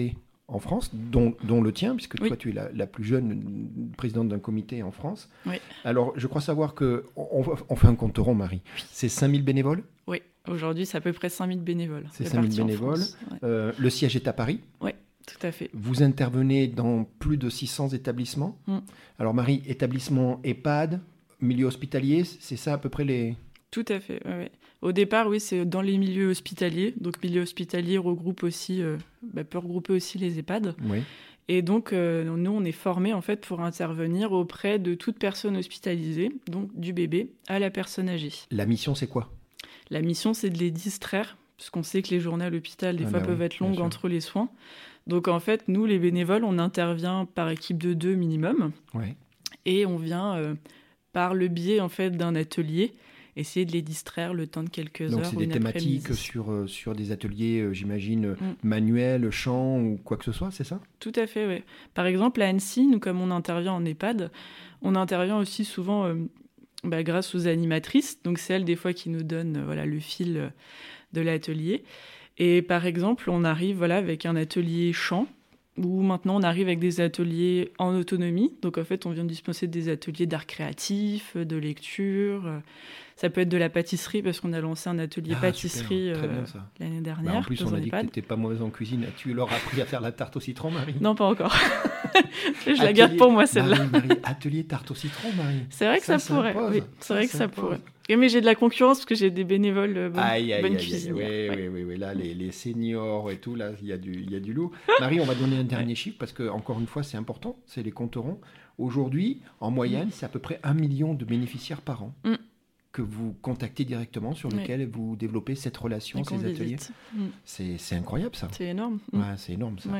en France, dont, dont le tien, puisque oui. toi, tu es la, la plus jeune présidente d'un comité en France. Oui. Alors, je crois savoir qu'on on fait un compte rond, Marie. Oui. C'est cinq mille bénévoles ? Oui, aujourd'hui, c'est à peu près cinq mille bénévoles. C'est cinq mille bénévoles. Ouais. Euh, le siège est à Paris ? Oui, tout à fait. Vous intervenez dans plus de six cents établissements. Mm. Alors, Marie, établissement EHPAD, milieu hospitalier, c'est ça à peu près les... Tout à fait, oui. Ouais. Au départ, oui, c'est dans les milieux hospitaliers. Donc, milieu hospitalier regroupe aussi, euh, bah, peut regrouper aussi les EHPAD. Oui. Et donc, euh, nous, on est formés, en fait, pour intervenir auprès de toute personne hospitalisée, donc du bébé à la personne âgée. La mission, c'est quoi ? La mission, c'est de les distraire, puisqu'on sait que les journées à l'hôpital, des ah fois, bah peuvent oui, être longues entre les soins. Donc, en fait, nous, les bénévoles, on intervient par équipe de deux minimum. Oui. Et on vient, euh, par le biais, en fait, d'un atelier, essayer de les distraire le temps de quelques Donc, heures. Donc, c'est des thématiques sur, euh, sur des ateliers, euh, j'imagine, mm. manuels, chant ou quoi que ce soit, c'est ça ? Tout à fait, oui. Par exemple, à Annecy, nous, comme on intervient en EHPAD, on intervient aussi souvent euh, bah, grâce aux animatrices. Donc, c'est elles, des fois, qui nous donnent euh, voilà, le fil euh, de l'atelier. Et par exemple, on arrive voilà, avec un atelier chant, où maintenant on arrive avec des ateliers en autonomie. Donc en fait, on vient de dispenser des ateliers d'art créatif, de lecture. Ça peut être de la pâtisserie, parce qu'on a lancé un atelier ah, pâtisserie super, euh, l'année dernière. Bah en plus, on a dit EHPAD. Que tu n'étais pas mauvaise en cuisine. Tu leur as appris à faire la tarte au citron, Marie ? Non, pas encore. Je atelier... la garde pour moi, celle-là. Marie, Marie, atelier tarte au citron, Marie. C'est vrai que ça, ça pourrait. Oui, c'est ça, vrai que ça, ça pourrait. Mais j'ai de la concurrence, parce que j'ai des bénévoles euh, bonne, aïe, aïe, bonne aïe, cuisine. Oui, ouais. oui, oui, oui. Là, les, les seniors et tout, là, il y a du, il y a du lourd. Marie, on va donner un dernier ouais. chiffre, parce que encore une fois, c'est important. C'est les comptes ronds. Aujourd'hui, en moyenne, mm. c'est à peu près un million de bénéficiaires par an. Mm. que vous contactez directement, sur lequel oui. vous développez cette relation, ces ateliers. Mm. C'est, c'est incroyable, ça. C'est énorme. Ouais, c'est énorme, ça. Ouais.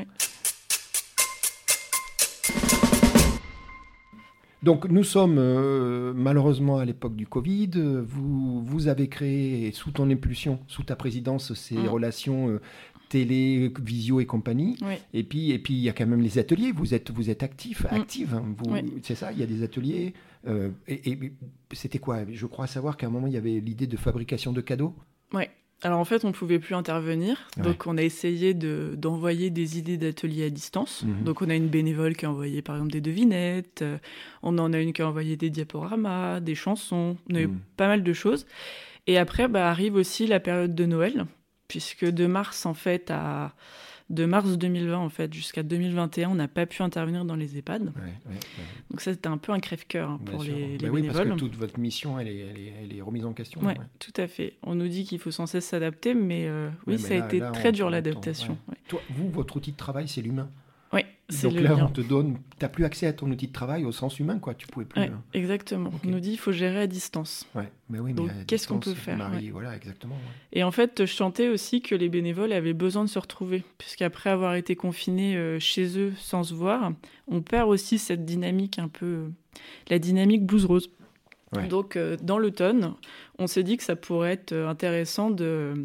Donc, nous sommes euh, malheureusement à l'époque du Covid. Vous, vous avez créé, sous ton impulsion, sous ta présidence, ces mm. relations euh, télé, visio et compagnie. Oui. Et puis, et puis, il y a quand même les ateliers. Vous êtes, vous êtes actif, mm. active. Hein. Vous, oui. C'est ça, il y a des ateliers. Euh, et, et c'était quoi ? Je crois savoir qu'à un moment, il y avait l'idée de fabrication de cadeaux. Oui. Alors en fait, on ne pouvait plus intervenir. Ouais. Donc on a essayé de, d'envoyer des idées d'ateliers à distance. Mmh. Donc on a une bénévole qui a envoyé par exemple des devinettes. Euh, on en a une qui a envoyé des diaporamas, des chansons. On a mmh. eu pas mal de choses. Et après, bah, arrive aussi la période de Noël. Puisque de mars, en fait, à... de mars deux mille vingt en fait, jusqu'à deux mille vingt et un, on n'a pas pu intervenir dans les EHPAD. Ouais, ouais, ouais. Donc ça, c'était un peu un crève-cœur hein, pour les, les bénévoles. Oui, parce que toute votre mission, elle est, elle est, elle est remise en question. Ouais, ouais, tout à fait. On nous dit qu'il faut sans cesse s'adapter, mais euh, oui, ouais, mais ça là, a été là, très on, dur, on, l'adaptation. On, ouais. Toi, vous, votre outil de travail, c'est l'humain. Oui, c'est Donc le là, lien. on te donne... Tu n'as plus accès à ton outil de travail au sens humain, quoi. Tu ne pouvais plus... Ouais, hein. Exactement. Okay. On nous dit qu'il faut gérer à distance. Ouais, mais oui, Donc, mais qu'est-ce distance, qu'on peut faire Marie, ouais. Voilà, exactement. Ouais. Et en fait, je sentais aussi que les bénévoles avaient besoin de se retrouver, puisqu'après avoir été confinés euh, chez eux sans se voir, on perd aussi cette dynamique un peu... Euh, la dynamique blouse rose. Ouais. Donc, euh, dans l'automne, on s'est dit que ça pourrait être intéressant de...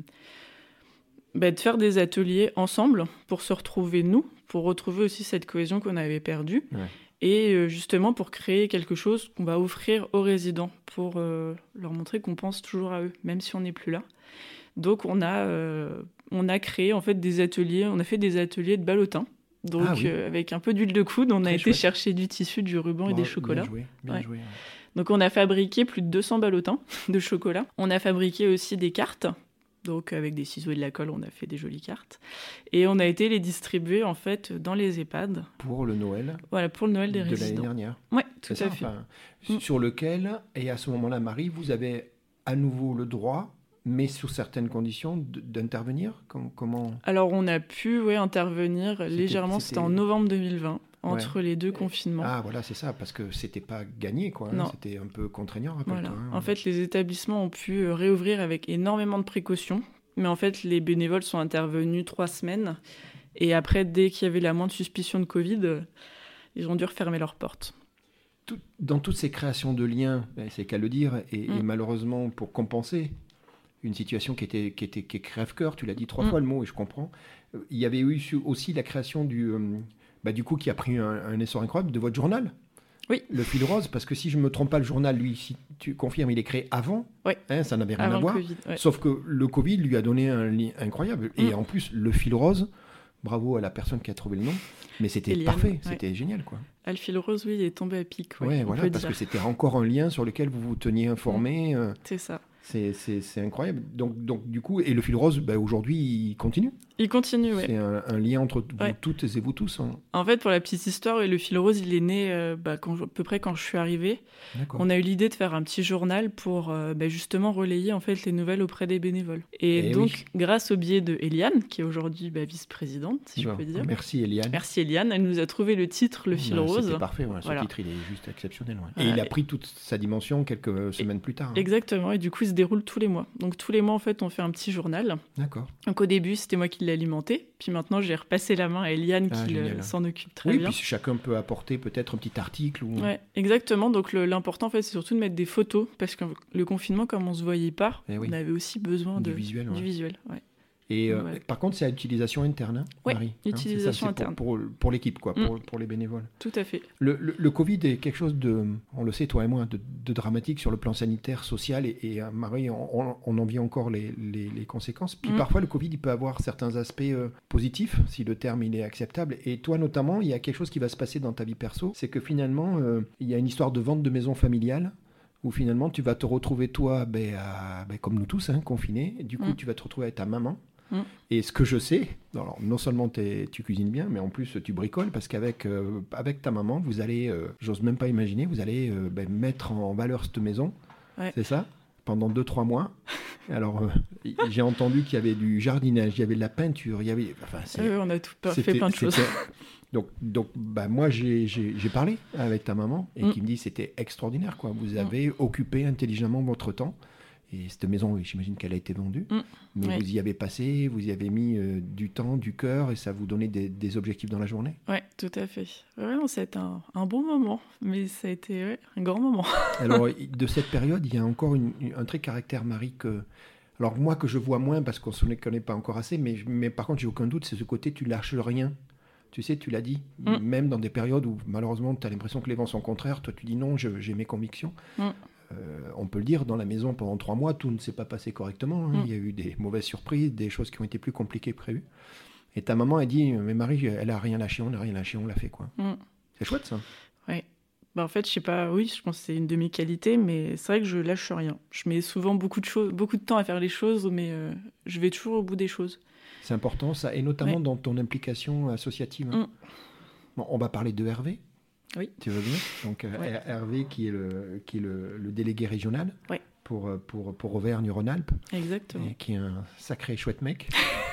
Bah, de faire des ateliers ensemble pour se retrouver, nous, pour retrouver aussi cette cohésion qu'on avait perdue, ouais. et euh, justement pour créer quelque chose qu'on va offrir aux résidents, pour euh, leur montrer qu'on pense toujours à eux, même si on n'est plus là. Donc on a, euh, on a créé en fait des ateliers, on a fait des ateliers de ballotin, donc ah, oui. euh, avec un peu d'huile de coude, on Très a été chouette. chercher du tissu, du ruban bon, et des chocolats. Bien joué, bien ouais. joué. Ouais. Donc on a fabriqué plus de deux cents ballotins de chocolat. On a fabriqué aussi des cartes. Donc, avec des ciseaux et de la colle, on a fait des jolies cartes. Et on a été les distribuer, en fait, dans les EHPAD. Pour le Noël. Voilà, pour le Noël des de résidents. De l'année dernière. Oui, tout C'est à ça, fait. Enfin, mm. Sur lequel, et à ce moment-là, Marie, vous avez à nouveau le droit, mais sous certaines conditions, d'intervenir. Comment... Alors, on a pu ouais, intervenir c'était, légèrement. C'était... c'était en novembre deux mille vingt. Entre ouais. les deux confinements. Ah, voilà, c'est ça, parce que c'était pas gagné, quoi. Hein, c'était un peu contraignant, rappelle-toi. Voilà. Hein. En fait, les établissements ont pu réouvrir avec énormément de précautions. Mais en fait, les bénévoles sont intervenus trois semaines. Et après, dès qu'il y avait la moindre suspicion de Covid, ils ont dû refermer leurs portes. Tout, dans toutes ces créations de liens, c'est qu'à le dire, et, mm. et malheureusement, pour compenser une situation qui était, qui était qui est crève-cœur, tu l'as dit trois mm. fois le mot, et je comprends, il y avait eu aussi la création du, euh, bah, du coup, qui a pris un, un essor incroyable, de votre journal. Oui. Le fil rose, parce que si je ne me trompe pas, le journal, lui, si tu confirmes, il est créé avant. Oui. Hein, ça n'avait rien avant à voir. COVID, ouais. Sauf que le Covid lui a donné un lien incroyable. Mm. Et en plus, le fil rose, bravo à la personne qui a trouvé le nom. Mais c'était Eliane, parfait, ouais. c'était génial, quoi. Ah, le fil rose, oui, il est tombé à pic. Ouais, Ouais, voilà, parce dire. que c'était encore un lien sur lequel vous vous teniez informé. Euh, c'est ça. C'est, c'est, c'est incroyable. Donc, donc, du coup, et le fil rose, bah, aujourd'hui, il continue. Il continue, oui. C'est un, un lien entre vous ouais. toutes et vous tous. Hein. En fait, pour la petite histoire, le fil rose, il est né euh, bah, quand, à peu près quand je suis arrivée. D'accord. On a eu l'idée de faire un petit journal pour euh, bah, justement relayer en fait, les nouvelles auprès des bénévoles. Et, et donc, oui. grâce au biais de Eliane, qui est aujourd'hui bah, vice-présidente, si bon, je peux dire. Merci Eliane. Merci Eliane. Elle nous a trouvé le titre, le fil bah, rose. C'était parfait, ouais. Ce voilà. titre, il est juste exceptionnel. Ouais. Et voilà. il a pris toute sa dimension quelques semaines plus tard. Hein. Exactement. Et du coup, il se déroule tous les mois. Donc tous les mois, en fait, on fait un petit journal. D'accord. Donc au début, c'était moi qui l'alimentais. Puis maintenant, j'ai repassé la main à Eliane ah, qui le, s'en occupe très oui, bien. Oui, puis chacun peut apporter peut-être un petit article. Ou... Ouais, exactement. Donc le, l'important, en fait, c'est surtout de mettre des photos. Parce que le confinement, comme on ne se voyait pas, eh oui. on avait aussi besoin du de, visuel. Du ouais. visuel ouais. Et euh, ouais. par contre, c'est à utilisation interne, hein, Oui, Marie, utilisation hein, c'est ça, interne. Pour, pour, pour l'équipe, quoi, mm. pour, pour les bénévoles. Tout à fait. Le, le, le Covid est quelque chose de, on le sait, toi et moi, de, de dramatique sur le plan sanitaire, social. Et, et Marie, on, on en vit encore les, les, les conséquences. Puis mm. parfois, le Covid, il peut avoir certains aspects euh, positifs, si le terme il est acceptable. Et toi, notamment, il y a quelque chose qui va se passer dans ta vie perso. C'est que finalement, euh, il y a une histoire de vente de maison familiale. Où finalement, tu vas te retrouver, toi, ben, à, ben, comme nous tous, hein, confinés. Et du coup, mm. tu vas te retrouver avec ta maman. Mm. Et ce que je sais, alors, non seulement tu cuisines bien, mais en plus tu bricoles, parce qu'avec euh, avec ta maman, vous allez, euh, j'ose même pas imaginer, vous allez euh, ben, mettre en valeur cette maison, ouais. c'est ça, pendant deux trois mois. Alors, euh, j'ai entendu qu'il y avait du jardinage, il y avait de la peinture, il y avait... Enfin, euh, on a tout fait plein de choses. Donc, donc bah, moi, j'ai, j'ai, j'ai parlé avec ta maman, et mm. qui me dit c'était extraordinaire, quoi. Vous avez mm. occupé intelligemment votre temps. Et cette maison, j'imagine qu'elle a été vendue, mmh, mais ouais. vous y avez passé, vous y avez mis euh, du temps, du cœur, et ça vous donnait des, des objectifs dans la journée. Oui, tout à fait. Ouais, non, ça a été un, un bon moment, mais ça a été ouais, un grand moment. Alors, de cette période, il y a encore une, une, un trait caractère, Marie, que... Alors moi, que je vois moins, parce qu'on ne se connaît pas encore assez, mais, mais par contre, j'ai aucun doute, c'est ce côté, tu lâches rien. Tu sais, tu l'as dit, mmh. même dans des périodes où, malheureusement, tu as l'impression que les vents sont contraires, toi, tu dis non, je, j'ai mes convictions. Mmh. Euh, on peut le dire, dans la maison, pendant trois mois, tout ne s'est pas passé correctement. Hein. Mm. Il y a eu des mauvaises surprises, des choses qui ont été plus compliquées que prévues. Et ta maman a dit, mais Marie, elle a rien lâché, on n'a rien lâché, on l'a fait, quoi. Mm. C'est chouette, ça. Oui. Bah, en fait, je sais pas, oui, je pense que c'est une de mes qualités, mais c'est vrai que je lâche rien. Je mets souvent beaucoup de choses, beaucoup de temps à faire les choses, mais euh, je vais toujours au bout des choses. C'est important, ça, et notamment ouais. dans ton implication associative. Hein. Mm. Bon, on va parler de Hervé. Oui. Tu veux bien ? Donc, ouais. Hervé, qui est le, qui est le, le délégué régional ouais. pour, pour, pour Auvergne-Rhône-Alpes. Exactement. Et qui est un sacré chouette mec.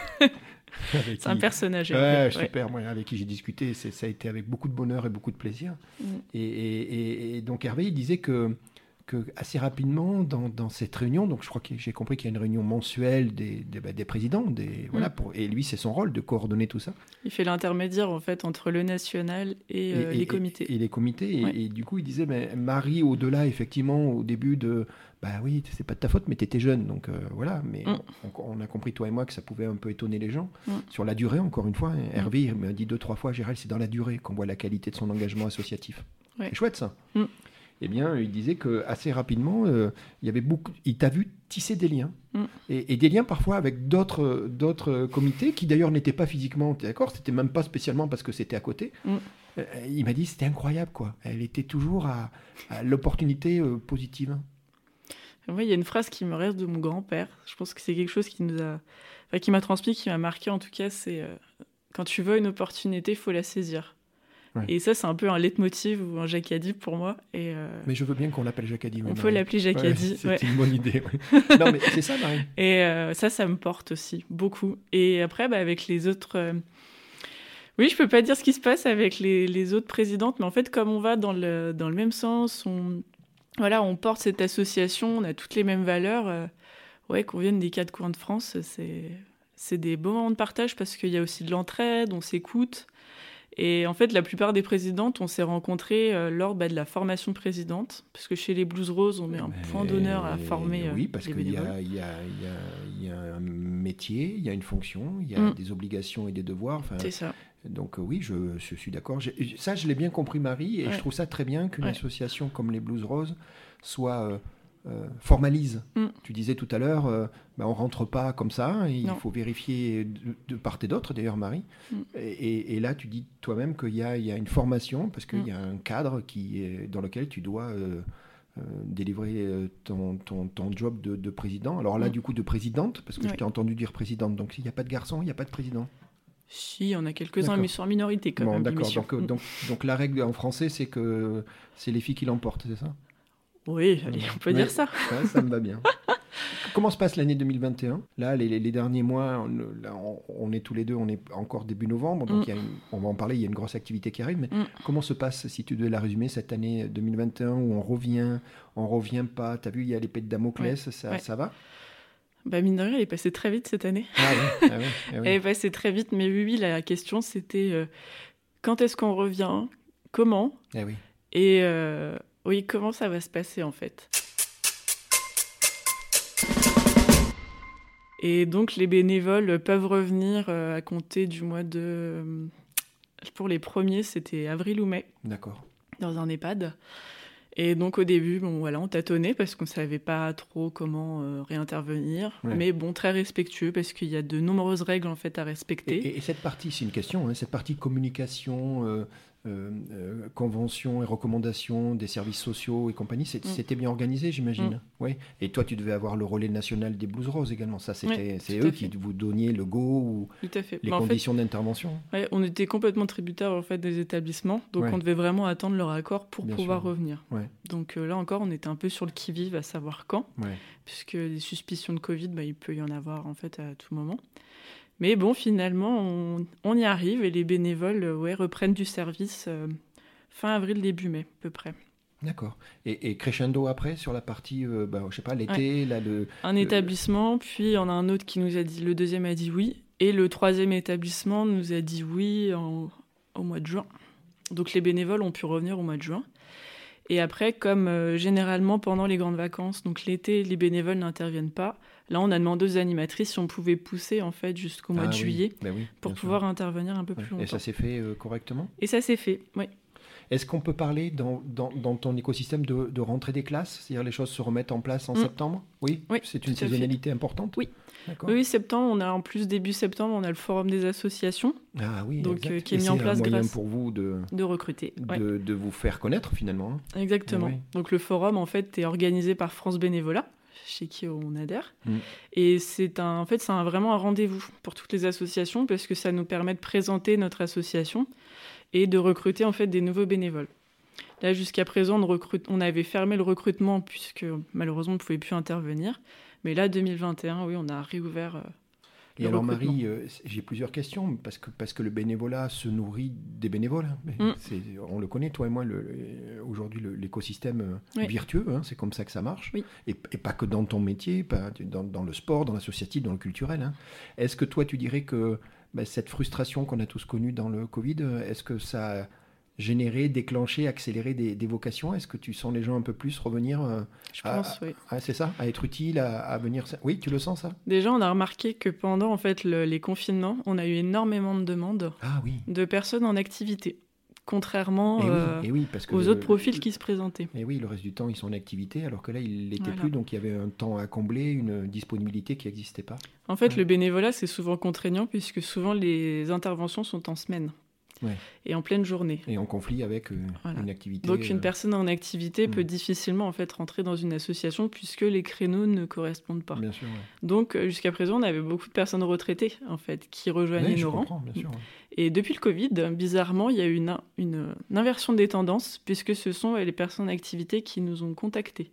C'est qui... un personnage. Ouais, super. Ouais. Moi, avec qui j'ai discuté, c'est, ça a été avec beaucoup de bonheur et beaucoup de plaisir. Mm. Et, et, et donc, Hervé, il disait que, que assez rapidement, dans, dans cette réunion, donc je crois que j'ai compris qu'il y a une réunion mensuelle des, des, des présidents, des, mm. voilà, pour, et lui, c'est son rôle de coordonner tout ça. Il fait l'intermédiaire, en fait, entre le national et, euh, et, et les comités. Et, et les comités. Ouais. Et, et du coup, il disait, ben, Marie, au-delà, effectivement, au début de... Bah oui, c'est pas de ta faute, mais t'étais jeune, donc euh, voilà. Mais mm. on, on a compris, toi et moi, que ça pouvait un peu étonner les gens. Mm. Sur la durée, encore une fois, mm. Hervé il m'a dit deux, trois fois, Gérald, c'est dans la durée qu'on voit la qualité de son engagement associatif. Ouais. C'est chouette, ça. Mm. Eh bien, il disait qu'assez rapidement, euh, il y avait beaucoup... il t'a vu tisser des liens. Mm. Et, et des liens parfois avec d'autres, d'autres comités, qui d'ailleurs n'étaient pas physiquement d'accord, c'était même pas spécialement parce que c'était à côté. Mm. Euh, il m'a dit, c'était incroyable, quoi. Elle était toujours à, à l'opportunité euh, positive. Oui, il y a une phrase qui me reste de mon grand-père. Je pense que c'est quelque chose qui nous a, enfin, qui m'a transmis, qui m'a marqué en tout cas. C'est euh, quand tu vois une opportunité, il faut la saisir. Ouais. Et ça, c'est un peu un leitmotiv ou un Jacadi pour moi. Et euh... Mais je veux bien qu'on l'appelle Jacadi. On peut l'appeler Jacadi. Ouais, c'est ouais. une bonne idée. Ouais. Non, mais c'est ça, Marie. Et euh, ça, ça me porte aussi beaucoup. Et après, bah, avec les autres. Euh... Oui, je peux pas dire ce qui se passe avec les, les autres présidentes, mais en fait, comme on va dans le dans le même sens, on Voilà, on porte cette association, on a toutes les mêmes valeurs. Euh, ouais, qu'on vienne des quatre coins de France, c'est, c'est des beaux moments de partage parce qu'il y a aussi de l'entraide, on s'écoute. Et en fait, la plupart des présidentes, on s'est rencontrés euh, lors bah, de la formation présidente, parce que chez les Blues Roses, on met un Mais point d'honneur à former euh, oui, parce les qu'il y bénévoles. a, il y, a, il y, a, il y a un métier, il y a une fonction, il y a mm. des obligations et des devoirs. Enfin, c'est ça. Donc euh, oui, je, je suis d'accord. J'ai, ça, je l'ai bien compris, Marie, et ouais. je trouve ça très bien qu'une ouais. association comme les Blues Roses soit, euh, euh, formalise. Mm. Tu disais tout à l'heure, euh, bah, on ne rentre pas comme ça, il Non. faut vérifier de, de part et d'autre, d'ailleurs Marie. Mm. Et, et là, tu dis toi-même qu'il y a, il y a une formation, parce qu'il Mm. y a un cadre qui est, dans lequel tu dois euh, euh, délivrer ton, ton, ton job de, de président. Alors là, Mm. du coup, de présidente, parce que Ouais. je t'ai entendu dire présidente, donc il n'y a pas de garçon, il n'y a pas de président. Si, il y en a quelques-uns, D'accord. mais ils sont en minorité quand Bon, même. les d'accord, messieurs. donc, euh, Mm. donc, donc la règle en français, c'est que c'est les filles qui l'emportent, c'est ça? Oui, allez, on peut Ouais. dire ça. Ouais, ça me va bien. Comment se passe l'année deux mille vingt et un? Là, les, les derniers mois, on, là, on, on est tous les deux, on est encore début novembre, donc Mm. il y a une- on va en parler, il y a une grosse activité qui arrive, mais Mm. comment se passe, si tu devais la résumer, cette année deux mille vingt et un où on revient, on revient pas, t'as vu, il y a l'épée de Damoclès, ça, Ouais. ça va? Bah, mine de rien, elle est passée très vite cette année. Ah oui, ah oui, ah oui. Elle est passée très vite, mais oui, oui, la question c'était euh, quand est-ce qu'on revient? Comment? Ah oui. Et euh, oui, comment ça va se passer en fait? Et donc les bénévoles peuvent revenir euh, à compter du mois de... euh, Pour les premiers, c'était avril ou mai, D'accord. dans un EHPAD. Et donc au début, bon, voilà, on tâtonnait parce qu'on ne savait pas trop comment euh, réintervenir. Ouais. Mais bon, très respectueux parce qu'il y a de nombreuses règles en fait à Et, respecter. et- et cette partie, c'est une question, hein, cette partie communication, euh, euh, euh, conventions et recommandations des services sociaux et compagnie, c'est- Mm. c'était bien organisé, j'imagine. Mm. Oui. Et toi, tu devais avoir le relais national des Blues Roses également. Ça, c'était, Oui, c'est tout à eux fait. qui vous donniez le go ou Tout à fait. les Mais en fait, conditions d'intervention. ouais, on était complètement tributaires en fait, des établissements. Donc Ouais. on devait vraiment attendre leur accord pour Bien pouvoir sûr. revenir. Ouais. Donc euh, là encore, on était un peu sur le qui-vive à savoir quand. Ouais. Puisque des suspicions de Covid, bah, il peut y en avoir en fait à tout moment. Mais bon, finalement, on, on y arrive et les bénévoles euh, ouais, reprennent du service euh, fin avril, début mai, à peu près. D'accord. Et, et crescendo après, sur la partie, euh, bah, je sais pas, l'été, là, le... Un Le- établissement, puis on a un autre qui nous a dit, le deuxième a dit oui, et le troisième établissement nous a dit oui en- au mois de juin. Donc les bénévoles ont pu revenir au mois de juin. Et après, comme euh, généralement pendant les grandes vacances, donc l'été, les bénévoles n'interviennent pas. Là, on a demandé aux animatrices si on pouvait pousser en fait jusqu'au mois Ah de oui. juillet Ben oui, pour bien sûr. pouvoir intervenir un peu Ouais. plus longtemps. Et ça s'est fait euh, correctement? Et ça s'est fait, oui. Est-ce qu'on peut parler dans, dans, dans ton écosystème de, de rentrée des classes? C'est-à-dire les choses se remettent en place en Mm. septembre? Oui, Oui, c'est tout une à fait. saisonnalité importante? Oui. D'accord. Oui, septembre, on a en plus début septembre, on a le forum des associations Ah oui, Donc, exact. euh, qui est Et mis en c'est place un moyen grâce- pour vous de, de recruter. de, Ouais, de vous faire connaître finalement. hein. exactement. Oui. Donc le forum en fait est organisé par France Bénévolat, chez qui on adhère. Mm. Et c'est un, en fait, c'est un, vraiment un rendez-vous pour toutes les associations parce que ça nous permet de présenter notre association et de recruter en fait des nouveaux bénévoles. Là, jusqu'à présent, on, recrute, on avait fermé le recrutement puisque malheureusement, on ne pouvait plus intervenir. Mais là, deux mille vingt et un, oui, on a réouvert. euh, Et le alors recrutement. Marie, euh, c- j'ai plusieurs questions parce que, parce que le bénévolat se nourrit des bénévoles. hein. Mais Mm. c'est- on le connaît, toi et moi, le- le- aujourd'hui le- l'écosystème euh, Oui. virtueux, hein, c'est comme ça que ça marche. Oui. Et, et pas que dans ton métier, pas dans, dans le sport, dans l'associatif, dans le culturel. hein. Est-ce que toi tu dirais que bah, cette frustration qu'on a tous connue dans le Covid, euh, est-ce que ça a généré, déclenché, accéléré des, des vocations? Est-ce que tu sens les gens un peu plus revenir euh, Je Ah, pense, oui. ah, c'est ça, à être utile, à, à venir... Oui, tu le sens ça? Déjà, on a remarqué que pendant en fait, le- les confinements, on a eu énormément de demandes Ah oui. de personnes en activité, contrairement Et euh, oui, et oui, parce que aux le- autres profils le- qui se présentaient. Et oui, le reste du temps, ils sont en activité, alors que là, ils ne l'étaient Voilà. plus, donc il y avait un temps à combler, une disponibilité qui n'existait pas. En fait, Ouais. le bénévolat, c'est souvent contraignant puisque souvent les interventions sont en semaine Ouais. et en pleine journée. Et en conflit avec euh, Voilà. une activité. Donc une euh, personne en activité Mm. peut difficilement en fait rentrer dans une association puisque les créneaux ne correspondent pas. Bien sûr, ouais. Donc euh, jusqu'à présent, on avait beaucoup de personnes retraitées en fait qui rejoignaient Ouais, je nos rangs. comprends, bien sûr. ouais. Et depuis le Covid, bizarrement, il y a eu une, une, une inversion des tendances, puisque ce sont les personnes en activité qui nous ont contactés.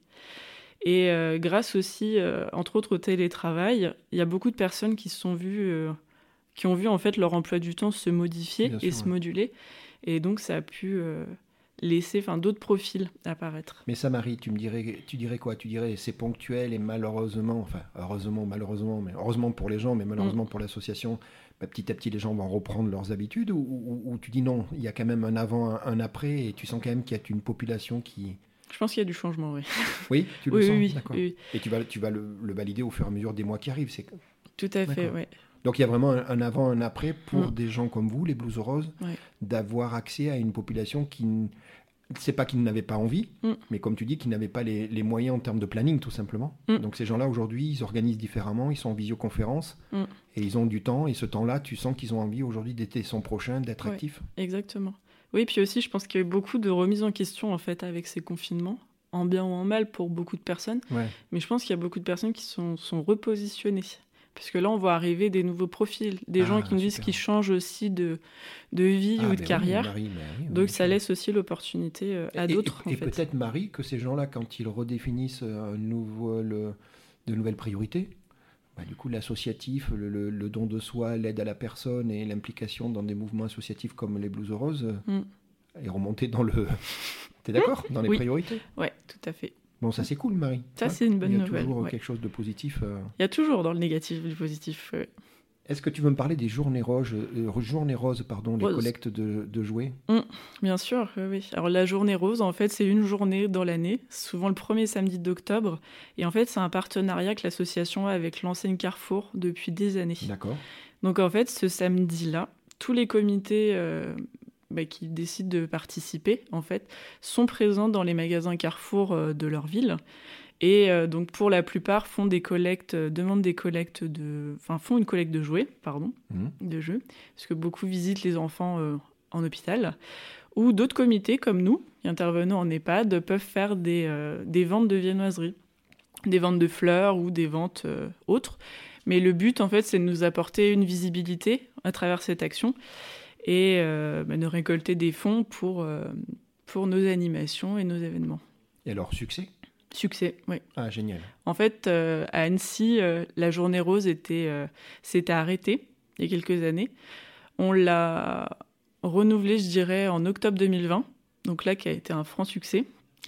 Et euh, grâce aussi, euh, entre autres, au télétravail, il y a beaucoup de personnes qui se sont vues, euh, qui ont vu en fait leur emploi du temps se modifier Bien et sûr, se ouais. moduler. Et donc, ça a pu euh, laisser enfin, d'autres profils apparaître. Mais ça, Marie, tu me dirais, tu dirais quoi? Tu dirais c'est ponctuel et malheureusement, enfin, heureusement, malheureusement, mais heureusement pour les gens, mais malheureusement Mm. pour l'association, bah, petit à petit, les gens vont reprendre leurs habitudes, ou, ou- ou tu dis non, il y a quand même un avant, un, un après, et tu sens quand même qu'il y a une population qui... Je pense qu'il y a du changement, oui. Oui, tu le Oui, sens, oui, oui, d'accord. oui, oui. Et tu vas, tu vas le, le valider au fur et à mesure des mois qui arrivent. C'est... Tout à fait, D'accord. oui. Donc il y a vraiment un, un avant, un après pour Mm. des gens comme vous, les Blues Roses, Ouais. d'avoir accès à une population qui, n- c'est pas qu'ils n'avaient pas envie, mm. mais comme tu dis, qu'ils n'avaient pas les, les moyens en termes de planning, tout simplement. Mm. Donc ces gens-là, aujourd'hui, ils organisent différemment, ils sont en visioconférence, mm. et ils ont du temps, et ce temps-là, tu sens qu'ils ont envie aujourd'hui d'être son prochain, d'être ouais, actifs. Exactement. Oui, puis aussi, je pense qu'il y a eu beaucoup de remises en question, en fait, avec ces confinements, en bien ou en mal pour beaucoup de personnes, ouais. mais je pense qu'il y a beaucoup de personnes qui sont, sont repositionnées. Parce que là, on voit arriver des nouveaux profils, des ah, gens qui nous disent qu'ils changent aussi de, de vie ah, ou de carrière. Oui, Marie, mais oui, donc, ça sûr. Laisse aussi l'opportunité euh, à et, d'autres. Et, en et fait. peut-être, Marie, que ces gens-là, quand ils redéfinissent un nouveau, le, de nouvelles priorités, bah, du coup, l'associatif, le, le, le don de soi, l'aide à la personne et l'implication dans des mouvements associatifs comme les Blues Roses mm. est remonté dans le... T'es d'accord dans les oui. priorités? Oui, tout à fait. Bon, ça c'est cool, Marie. Ça, c'est une bonne nouvelle. Il y a toujours ouais. quelque chose de positif. Euh... Il y a toujours dans le négatif du positif. Ouais. Est-ce que tu veux me parler des journées roses, euh, journées roses pardon, les Rose. collectes de, de jouets? mmh, Bien sûr, oui. Alors la journée rose, en fait, c'est une journée dans l'année, souvent le premier samedi d'octobre. Et en fait, c'est un partenariat que l'association a avec l'enseigne Carrefour depuis des années. D'accord. Donc en fait, ce samedi-là, tous les comités... Euh, Bah, qui décident de participer, en fait, sont présents dans les magasins Carrefour euh, de leur ville. Et euh, donc, pour la plupart, font des collectes, euh, demandent des collectes de... Enfin, font une collecte de jouets, pardon, mmh. de jeux, parce que beaucoup visitent les enfants euh, en hôpital. Ou d'autres comités, comme nous, qui intervenons en EHPAD, peuvent faire des, euh, des ventes de viennoiserie, des ventes de fleurs ou des ventes euh, autres. Mais le but, en fait, c'est de nous apporter une visibilité à travers cette action et euh, bah, de récolter des fonds pour, euh, pour nos animations et nos événements. Et alors, succès ? Succès, oui. Ah, génial. En fait, euh, à Annecy, euh, la journée rose était, euh, s'était arrêtée il y a quelques années. On l'a renouvelée, je dirais, en octobre deux mille vingt, donc là, qui a été un franc succès.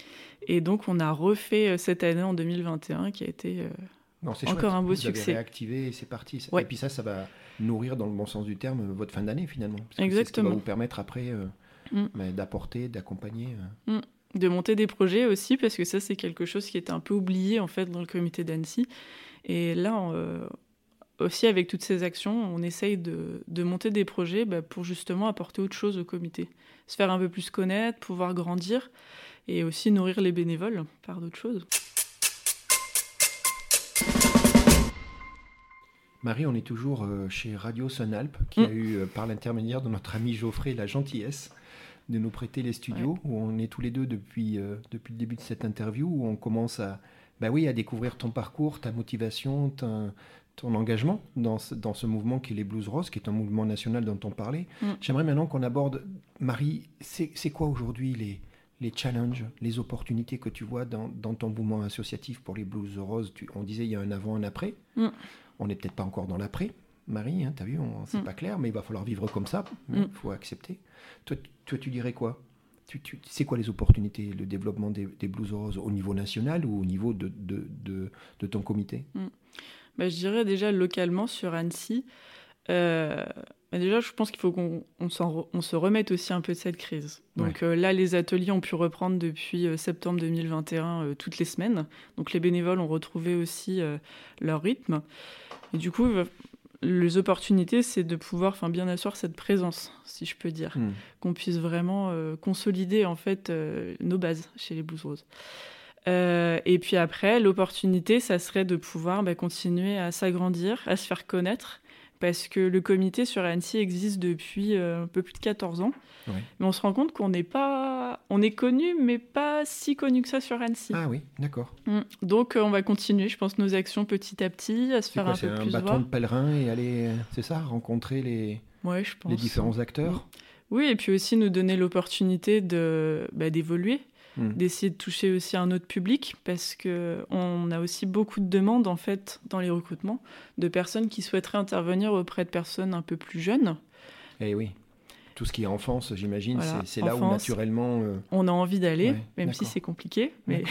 Et donc, on a refait euh, cette année, en deux mille vingt et un, qui a été... Euh, Non, c'est encore chouette. Un beau Vous succès. Vous avez réactivé et c'est parti. Ouais. Et puis ça, ça va nourrir, dans le bon sens du terme, votre fin d'année finalement. Parce que Exactement. C'est ce qui va vous permettre après euh, mm. bah, d'apporter, d'accompagner. Euh. Mm. De monter des projets aussi, parce que ça, c'est quelque chose qui était un peu oublié en fait dans le comité d'Annecy. Et là, on, euh, aussi avec toutes ces actions, on essaye de, de monter des projets bah, pour justement apporter autre chose au comité. Se faire un peu plus connaître, pouvoir grandir et aussi nourrir les bénévoles par d'autres choses. Marie, on est toujours chez Radio Sun-Alpes, qui mmh. a eu, par l'intermédiaire de notre ami Geoffrey, la gentillesse de nous prêter les studios, ouais. où on est tous les deux depuis, euh, depuis le début de cette interview, où on commence à, bah oui, à découvrir ton parcours, ta motivation, ton, ton engagement dans ce, dans ce mouvement qui est les Blues Roses, qui est un mouvement national dont on parlait. Mmh. J'aimerais maintenant qu'on aborde, Marie, c'est, c'est quoi aujourd'hui les, les challenges, les opportunités que tu vois dans, dans ton mouvement associatif pour les Blues Roses? tu, On disait il y a un avant, un après. Mmh. On n'est peut-être pas encore dans l'après, Marie, hein, t'as vu, on, c'est mm. pas clair, mais il va falloir vivre comme ça, il mm. faut accepter. Toi, toi, tu dirais quoi? tu, tu, C'est quoi les opportunités, le développement des, des Blues Roses au niveau national ou au niveau de, de, de, de ton comité? mm. bah, Je dirais déjà localement sur Annecy, euh, bah déjà je pense qu'il faut qu'on on s'en re, on se remette aussi un peu de cette crise. Donc ouais. euh, là, les ateliers ont pu reprendre depuis euh, septembre deux mille vingt et un euh, toutes les semaines, donc les bénévoles ont retrouvé aussi euh, leur rythme. Et du coup, les opportunités, c'est de pouvoir enfin, bien asseoir cette présence, si je peux dire, mmh. qu'on puisse vraiment euh, consolider en fait, euh, nos bases chez les Blues Roses. Euh, et puis après, l'opportunité, ça serait de pouvoir bah, continuer à s'agrandir, à se faire connaître, parce que le comité sur Annecy existe depuis euh, un peu plus de quatorze ans. Ouais. Mais on se rend compte qu'on n'est pas... On est connu, mais pas si connu que ça sur Annecy. Ah oui, d'accord. Mmh. Donc, euh, on va continuer, je pense, nos actions petit à petit, à se c'est faire quoi, un peu un plus voir. C'est un bâton de pèlerin et aller, c'est ça, rencontrer les, ouais, je pense. les différents acteurs. Oui, et puis aussi nous donner l'opportunité de, bah, d'évoluer, mmh. d'essayer de toucher aussi un autre public, parce qu'on a aussi beaucoup de demandes, en fait, dans les recrutements, de personnes qui souhaiteraient intervenir auprès de personnes un peu plus jeunes. Eh oui. Tout ce qui est enfance, j'imagine, voilà. c'est, c'est là enfance, où naturellement... Euh... on a envie d'aller, ouais, même d'accord. si c'est compliqué. Mais...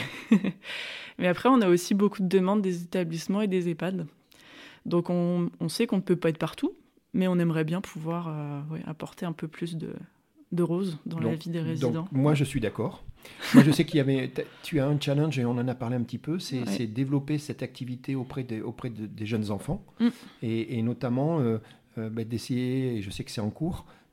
mais après, on a aussi beaucoup de demandes des établissements et des EHPAD. Donc on, on sait qu'on ne peut pas être partout, mais on aimerait bien pouvoir euh, ouais, apporter un peu plus de, de rose dans donc, la vie des résidents. Donc, moi, je suis d'accord. Moi, je sais qu'il y avait... Tu as un challenge, et on en a parlé un petit peu, c'est, ouais. c'est développer cette activité auprès, de, auprès de, des jeunes enfants, mm. et, et notamment euh, euh, bah, d'essayer, et je sais que c'est en cours,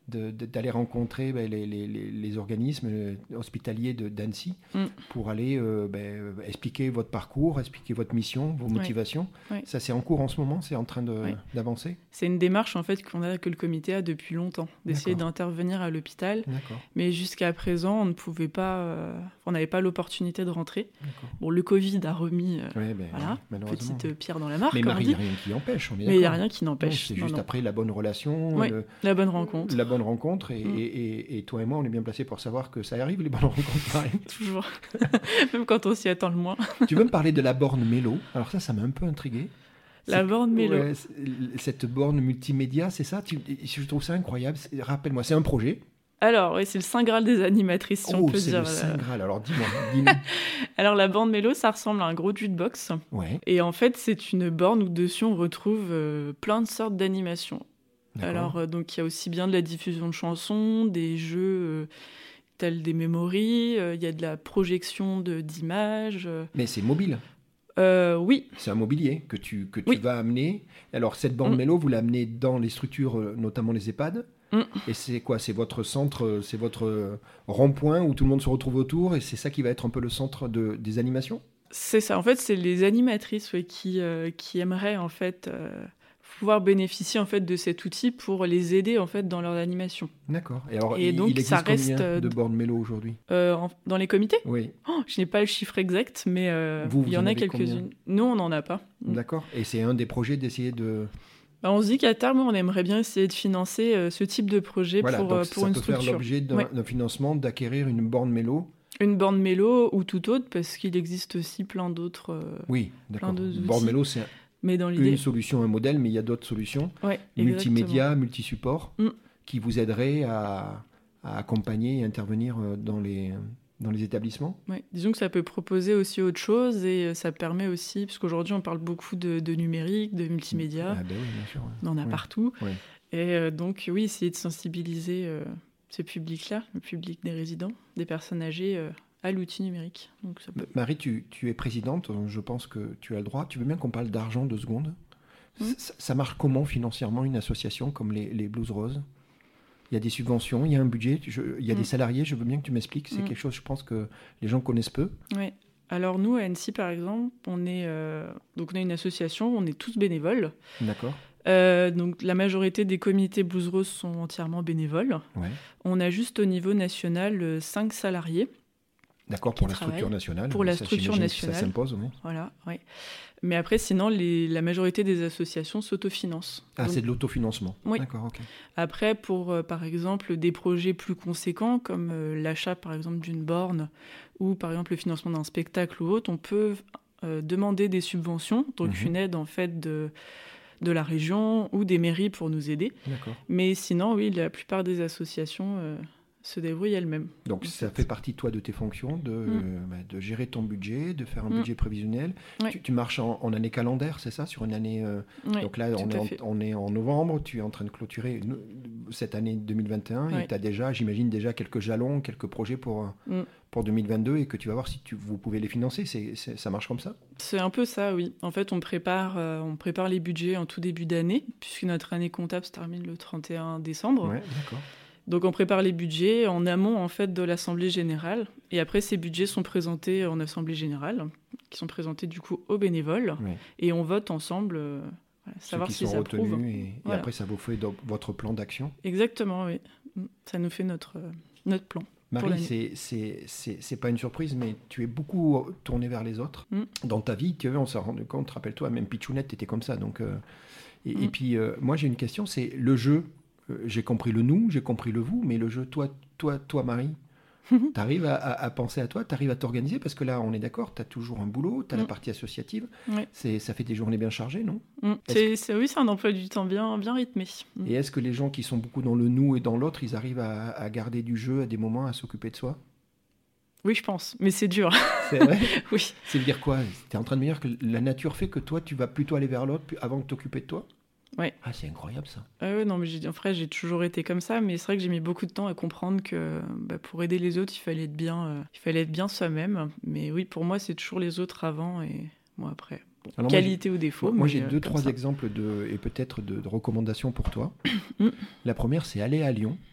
de, de, d'aller rencontrer ben, les, les, les, les organismes hospitaliers de, d'Annecy mm. pour aller euh, ben, expliquer votre parcours, expliquer votre mission, vos motivations. Oui. Oui. Ça, c'est en cours en ce moment, c'est en train de, oui. d'avancer. C'est une démarche en fait qu'on a, que le comité a depuis longtemps, d'essayer D'accord. d'intervenir à l'hôpital. D'accord. Mais jusqu'à présent, on ne pouvait pas, euh, on n'avait pas l'opportunité de rentrer. D'accord. Bon, le Covid a remis, euh, oui, ben, voilà, petite oui. pierre dans la mare. Mais Marie, il n'y a rien qui empêche. On est Mais il n'y a rien qui n'empêche. Non, c'est non, juste non. après la bonne relation, oui. le, la bonne rencontre. La bonne rencontre et, mm. et, et, et toi et moi, on est bien placés pour savoir que ça arrive, les bonnes rencontres pareil. Toujours, même quand on s'y attend le moins. Tu veux me parler de la borne Mélo ? Alors ça, ça m'a un peu intrigué. La c'est, borne Mélo. Ouais, cette borne multimédia, c'est ça tu, je trouve ça incroyable. C'est, rappelle-moi, c'est un projet ? Alors, oui, c'est le Saint Graal des animatrices, si oh, on peut c'est dire. Le Saint Graal. Alors, dis-moi. dis-moi. Alors, la borne Mélo, ça ressemble à un gros jukebox. Ouais. Et en fait, c'est une borne où dessus, on retrouve euh, plein de sortes d'animations. D'accord. Alors, euh, donc, il y a aussi bien de la diffusion de chansons, des jeux euh, tels des memories, il euh, y a de la projection de, d'images. Euh... Mais c'est mobile. Euh, oui. C'est un mobilier que tu, que tu oui. vas amener. Alors, cette borne mmh. Mélo, vous l'amenez dans les structures, notamment les EHPAD. Mmh. Et c'est quoi ? C'est votre centre, c'est votre rond-point où tout le monde se retrouve autour et c'est ça qui va être un peu le centre de, des animations ? C'est ça. En fait, c'est les animatrices ouais, qui, euh, qui aimeraient en fait... Euh... pouvoir bénéficier en fait de cet outil pour les aider en fait dans leur animation. D'accord. Et alors et il, donc il existe ça reste combien de bornes Mélo aujourd'hui euh, en, dans les comités ? Oui. Oh, je n'ai pas le chiffre exact, mais euh, vous, vous il y en, en a avez quelques-unes. Nous, on n'en a pas. D'accord. Et c'est un des projets d'essayer de. Bah, on se dit qu'à terme, on aimerait bien essayer de financer euh, ce type de projet voilà, pour, donc euh, pour ça une peut structure. faire l'objet d'un, ouais. d'un financement d'acquérir une borne Mélo. Une borne Mélo ou tout autre, parce qu'il existe aussi plein d'autres. Euh, oui, d'accord. Plein Une borne Mélo, c'est. Mais dans l'idée... une solution, un modèle, mais il y a d'autres solutions, ouais, multimédia, multisupport, mm. qui vous aideraient à, à accompagner et intervenir dans les, dans les établissements. Ouais. Disons que ça peut proposer aussi autre chose et ça permet aussi, parce qu'aujourd'hui on parle beaucoup de, de numérique, de multimédia, ah ben oui, bien sûr, ouais. on en a ouais. partout. Ouais. Et euh, donc oui, essayer de sensibiliser euh, ce public-là, le public des résidents, des personnes âgées, euh, à l'outil numérique. Donc, ça peut... Marie, tu, tu es présidente, je pense que tu as le droit. Tu veux bien qu'on parle d'argent deux secondes ? mmh. ça, ça marche comment financièrement une association comme les, les Blues Roses ? Il y a des subventions, il y a un budget, je, il y a mmh. des salariés, je veux bien que tu m'expliques. C'est mmh. quelque chose, je pense, que les gens connaissent peu. Oui. Alors nous, à Annecy, par exemple, on est, euh, donc on est une association, on est tous bénévoles. D'accord. Euh, donc la majorité des comités Blues Roses sont entièrement bénévoles. Ouais. On a juste au niveau national cinq salariés. D'accord, pour la structure nationale. Pour la ça, structure nationale. Ça s'impose, oui. Voilà, oui. Mais après, sinon, les, la majorité des associations s'autofinancent. Ah, donc, c'est de l'autofinancement. Oui. D'accord, ok. Après, pour, euh, par exemple, des projets plus conséquents, comme euh, l'achat, par exemple, d'une borne, ou, par exemple, le financement d'un spectacle ou autre, on peut euh, demander des subventions, donc mmh. une aide, en fait, de, de la région ou des mairies pour nous aider. D'accord. Mais sinon, oui, la plupart des associations... Euh, se débrouille elle-même. Donc ça fait partie, toi, de tes fonctions, de, mmh. euh, bah, de gérer ton budget, de faire un mmh. budget prévisionnel. Oui. Tu, tu marches en, en année calendaire, c'est ça, sur une année... Euh, oui, donc là, on est, en, on est en novembre, tu es en train de clôturer une, cette année deux mille vingt et un, oui. et tu as déjà, j'imagine, déjà quelques jalons, quelques projets pour, mmh. pour deux mille vingt-deux, et que tu vas voir si tu, vous pouvez les financer. C'est, c'est, ça marche comme ça ? C'est un peu ça, oui. En fait, on prépare, euh, on prépare les budgets en tout début d'année, puisque notre année comptable se termine le trente et un décembre. Ouais, d'accord. Donc on prépare les budgets en amont en fait de l'Assemblée générale et après ces budgets sont présentés en Assemblée générale, qui sont présentés du coup aux bénévoles oui. et on vote ensemble, euh, voilà, savoir si ça approuve. Et, et voilà. Après ça vous fait votre plan d'action. Exactement, oui. Ça nous fait notre, euh, notre plan. Marie, c'est, c'est, c'est, c'est pas une surprise, mais tu es beaucoup tournée vers les autres. Mm. Dans ta vie, tu vois, on s'est rendu compte, rappelle-toi, même Pichounette, t'étais comme ça. Donc, euh, et, mm. et puis euh, moi j'ai une question, c'est le jeu. Euh, j'ai compris le nous, j'ai compris le vous, mais le jeu, toi, toi, toi Marie, tu arrives à, à, à penser à toi, tu arrives à t'organiser, parce que là, on est d'accord, tu as toujours un boulot, tu as mmh. la partie associative, oui. c'est, ça fait des journées bien chargées, non ? mmh. c'est, que... c'est, Oui, c'est un emploi du temps bien, bien rythmé. Mmh. Et est-ce que les gens qui sont beaucoup dans le nous et dans l'autre, ils arrivent à, à garder du jeu à des moments, à s'occuper de soi ? Oui, je pense, mais c'est dur. C'est vrai ? Oui. C'est dire quoi ? Tu es en train de me dire que la nature fait que toi, tu vas plutôt aller vers l'autre avant de t'occuper de toi ? Ouais. Ah, c'est incroyable ça. Ah ouais, non, mais j'ai, en vrai, j'ai toujours été comme ça, mais c'est vrai que j'ai mis beaucoup de temps à comprendre que bah, pour aider les autres, il fallait être bien, euh, il fallait être bien soi-même. Mais oui, pour moi, c'est toujours les autres avant et moi après. Bon, alors qualité moi, ou défaut. Moi, mais j'ai euh, deux, trois ça. exemples de, et peut-être de, de recommandations pour toi. La première, c'est aller à Lyon.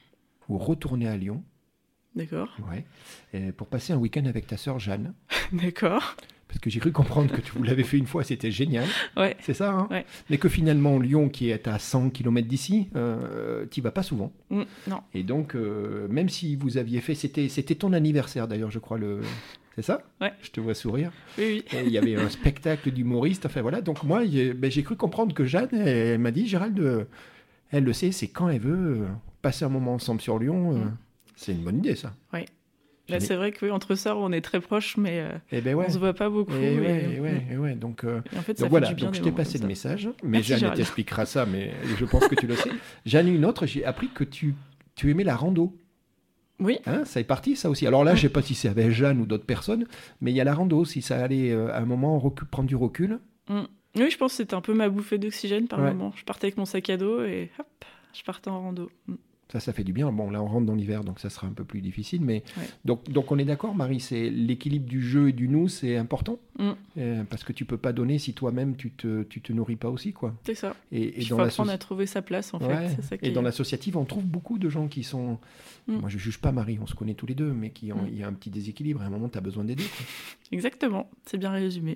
ou retourner à Lyon. D'accord. Ouais. Et pour passer un week-end avec ta sœur Jeanne. D'accord. Parce que j'ai cru comprendre que tu vous l'avais fait une fois, c'était génial. Ouais. C'est ça, hein? Ouais. Mais que finalement, Lyon, qui est à cent kilomètres d'ici, euh, tu n'y vas pas souvent. Mmh, non. Et donc, euh, même si vous aviez fait... C'était, c'était ton anniversaire, d'ailleurs, je crois. Le... C'est ça? Ouais. Je te vois sourire. Oui, oui. Et il y avait un spectacle d'humoriste. Enfin, voilà. Donc, moi, j'ai, ben, j'ai cru comprendre que Jeanne, elle, elle m'a dit, Gérald, euh, elle le sait, c'est quand elle veut euh, passer un moment ensemble sur Lyon. Euh, mmh. C'est une bonne idée, ça. Oui. Là, c'est vrai que oui, entre sœurs, on est très proches, mais euh, eh ben ouais. on se voit pas beaucoup. Et, et... ouais, et ouais, et ouais. Donc, euh, et en fait, donc ça voilà. fait du bien. Donc je t'ai passé le message, mais Merci, Jeanne Gérald. t'expliquera ça, mais je pense que tu le sais. Jeanne, une autre, j'ai appris que tu, tu aimais la rando. Oui. Hein, ça est parti, ça aussi. Alors là, je sais pas si c'est avec Jeanne ou d'autres personnes, mais il y a la rando, si ça allait euh, à un moment recul, prendre du recul. Mm. Oui, je pense que c'était un peu ma bouffée d'oxygène par ouais. moment. Je partais avec mon sac à dos et hop, je partais en rando. Mm. Ça, ça fait du bien. Bon, là, on rentre dans l'hiver, donc ça sera un peu plus difficile. Mais ouais. donc, donc, on est d'accord, Marie, c'est l'équilibre du jeu et du nous, c'est important. Mm. Euh, parce que tu peux pas donner si toi-même, tu te, tu te nourris pas aussi, quoi. C'est ça. Et, et Il dans faut la apprendre soci... à trouver sa place, en ouais. fait. C'est ça qui et est... dans l'associative, on trouve beaucoup de gens qui sont... Mm. Moi, je juge pas Marie, on se connaît tous les deux, mais qui ont... mm. il y a un petit déséquilibre. À un moment, tu as besoin d'aider, quoi. Exactement. C'est bien résumé.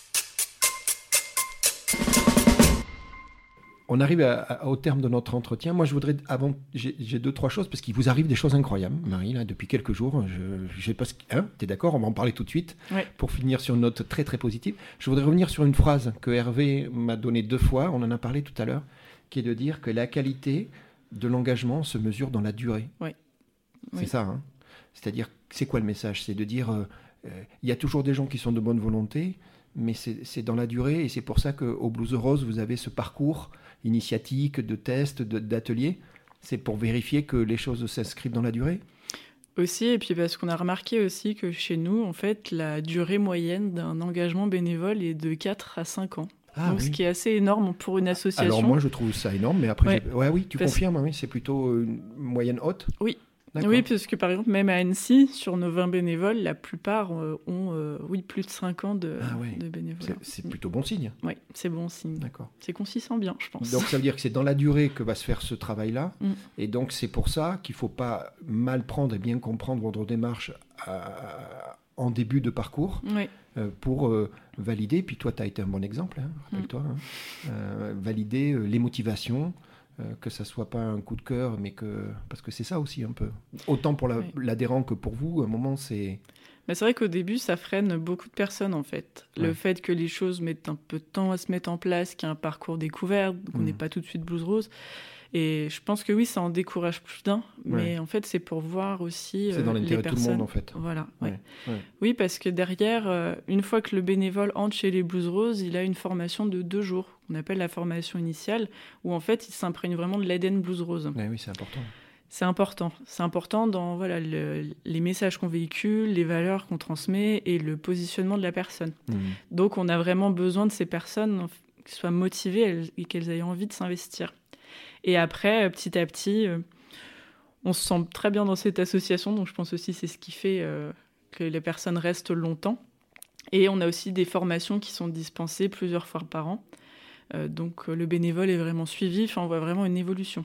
On arrive à, à, au terme de notre entretien. Moi, je voudrais, avant, j'ai, j'ai deux, trois choses, parce qu'il vous arrive des choses incroyables, Marie, là, depuis quelques jours. Je, je sais pas ce hein, t'es d'accord? On va en parler tout de suite, ouais. pour finir sur une note très, très positive. Je voudrais revenir sur une phrase que Hervé m'a donnée deux fois, on en a parlé tout à l'heure, qui est de dire que la qualité de l'engagement se mesure dans la durée. Ouais. C'est oui. ça, hein? C'est-à-dire, c'est quoi le message? C'est de dire, il euh, euh, y a toujours des gens qui sont de bonne volonté, mais c'est, c'est dans la durée, et c'est pour ça qu'au Blues Rose, vous avez ce parcours initiatique, de tests, de, d'ateliers. C'est pour vérifier que les choses s'inscrivent dans la durée? Aussi, et puis parce qu'on a remarqué aussi que chez nous, en fait, la durée moyenne d'un engagement bénévole est de quatre à cinq ans. Ah, Donc, oui. ce qui est assez énorme pour une association. Alors moi, je trouve ça énorme, mais après, ouais, j'ai... ouais oui, tu parce... confirmes, oui, c'est plutôt une moyenne haute? Oui. D'accord. Oui, parce que par exemple, même à Annecy, sur nos vingt bénévoles, la plupart euh, ont euh, oui, plus de cinq ans de, ah ouais. de bénévolat. C'est, c'est plutôt bon signe. Oui, c'est bon signe. D'accord. C'est qu'on s'y sent bien, je pense. Donc ça veut dire que c'est dans la durée que va se faire ce travail-là. Mm. Et donc c'est pour ça qu'il ne faut pas mal prendre et bien comprendre votre démarche à... en début de parcours. Oui. Euh, pour euh, valider, puis toi tu as été un bon exemple, hein, rappelle-toi, mm. hein, euh, valider euh, les motivations, Euh, que ça soit pas un coup de cœur, mais que parce que c'est ça aussi un peu. Autant pour la, oui. l'adhérent que pour vous, à un moment c'est. Mais c'est vrai qu'au début, ça freine beaucoup de personnes en fait. Ouais. Le fait que les choses mettent un peu de temps à se mettre en place, qu'il y a un parcours découvert, qu'on n'est mmh. pas tout de suite Blues Rose. Et je pense que oui, ça en décourage plus d'un, mais ouais. en fait, c'est pour voir aussi c'est dans euh, l'intérêt les de personnes. tout le monde en fait. Voilà. Ouais. Ouais. Ouais. Oui, parce que derrière, euh, une fois que le bénévole entre chez les Blues Rose, il a une formation de deux jours, qu'on appelle la formation initiale, où en fait, il s'imprègne vraiment de l'A D N Blues Rose. Ouais, oui, c'est important. C'est important. C'est important dans voilà, le, les messages qu'on véhicule, les valeurs qu'on transmet et le positionnement de la personne. Mmh. Donc, on a vraiment besoin de ces personnes qui soient motivées et qu'elles aient envie de s'investir. Et après, petit à petit, euh, on se sent très bien dans cette association. Donc, je pense aussi que c'est ce qui fait euh, que les personnes restent longtemps. Et on a aussi des formations qui sont dispensées plusieurs fois par an. Euh, donc, le bénévole est vraiment suivi. Enfin, on voit vraiment une évolution.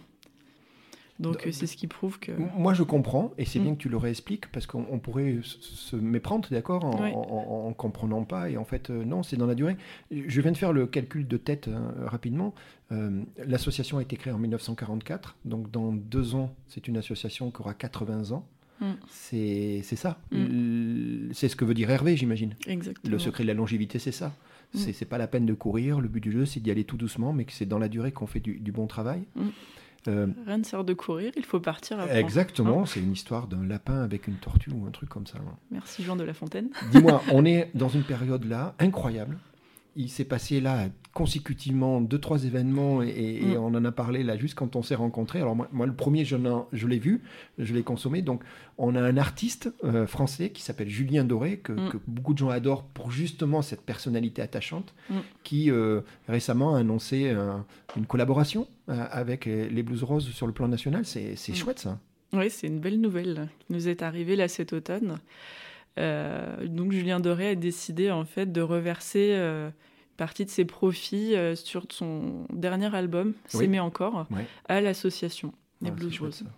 Donc, c'est ce qui prouve que... Moi, je comprends, et c'est mmh. bien que tu le réexpliques, parce qu'on on pourrait se méprendre, d'accord, en, oui. en, en comprenant pas, et en fait, euh, non, c'est dans la durée. Je viens de faire le calcul de tête hein, rapidement. Euh, l'association a été créée en dix-neuf cent quarante-quatre, donc dans deux ans, c'est une association qui aura quatre-vingts ans. Mmh. C'est, c'est ça. Mmh. C'est ce que veut dire Hervé, j'imagine. Exactement. Le secret de la longévité, c'est ça. Mmh. C'est, c'est pas la peine de courir, le but du jeu, c'est d'y aller tout doucement, mais que c'est dans la durée qu'on fait du, du bon travail. Mmh. Euh, Rien ne sert de courir, il faut partir après. Exactement, hein. C'est une histoire d'un lapin avec une tortue ou un truc comme ça. Hein. Merci Jean de La Fontaine. Dis-moi, on est dans une période là incroyable. Il s'est passé là consécutivement deux, trois événements et, et mm. on en a parlé là juste quand on s'est rencontrés. Alors moi, moi le premier, je, je l'ai vu, je l'ai consommé. Donc on a un artiste euh, français qui s'appelle Julien Doré, que, mm. que beaucoup de gens adorent pour justement cette personnalité attachante, mm. qui euh, récemment a annoncé euh, une collaboration euh, avec les Blues Rose sur le plan national. C'est, c'est mm. chouette ça. Oui, c'est une belle nouvelle qui nous est arrivée là cet automne. Euh, donc Julien Doré a décidé en fait de reverser euh, une partie de ses profits euh, sur son dernier album, oui. S'aimer encore, ouais. à l'association des ah, Blues Rose.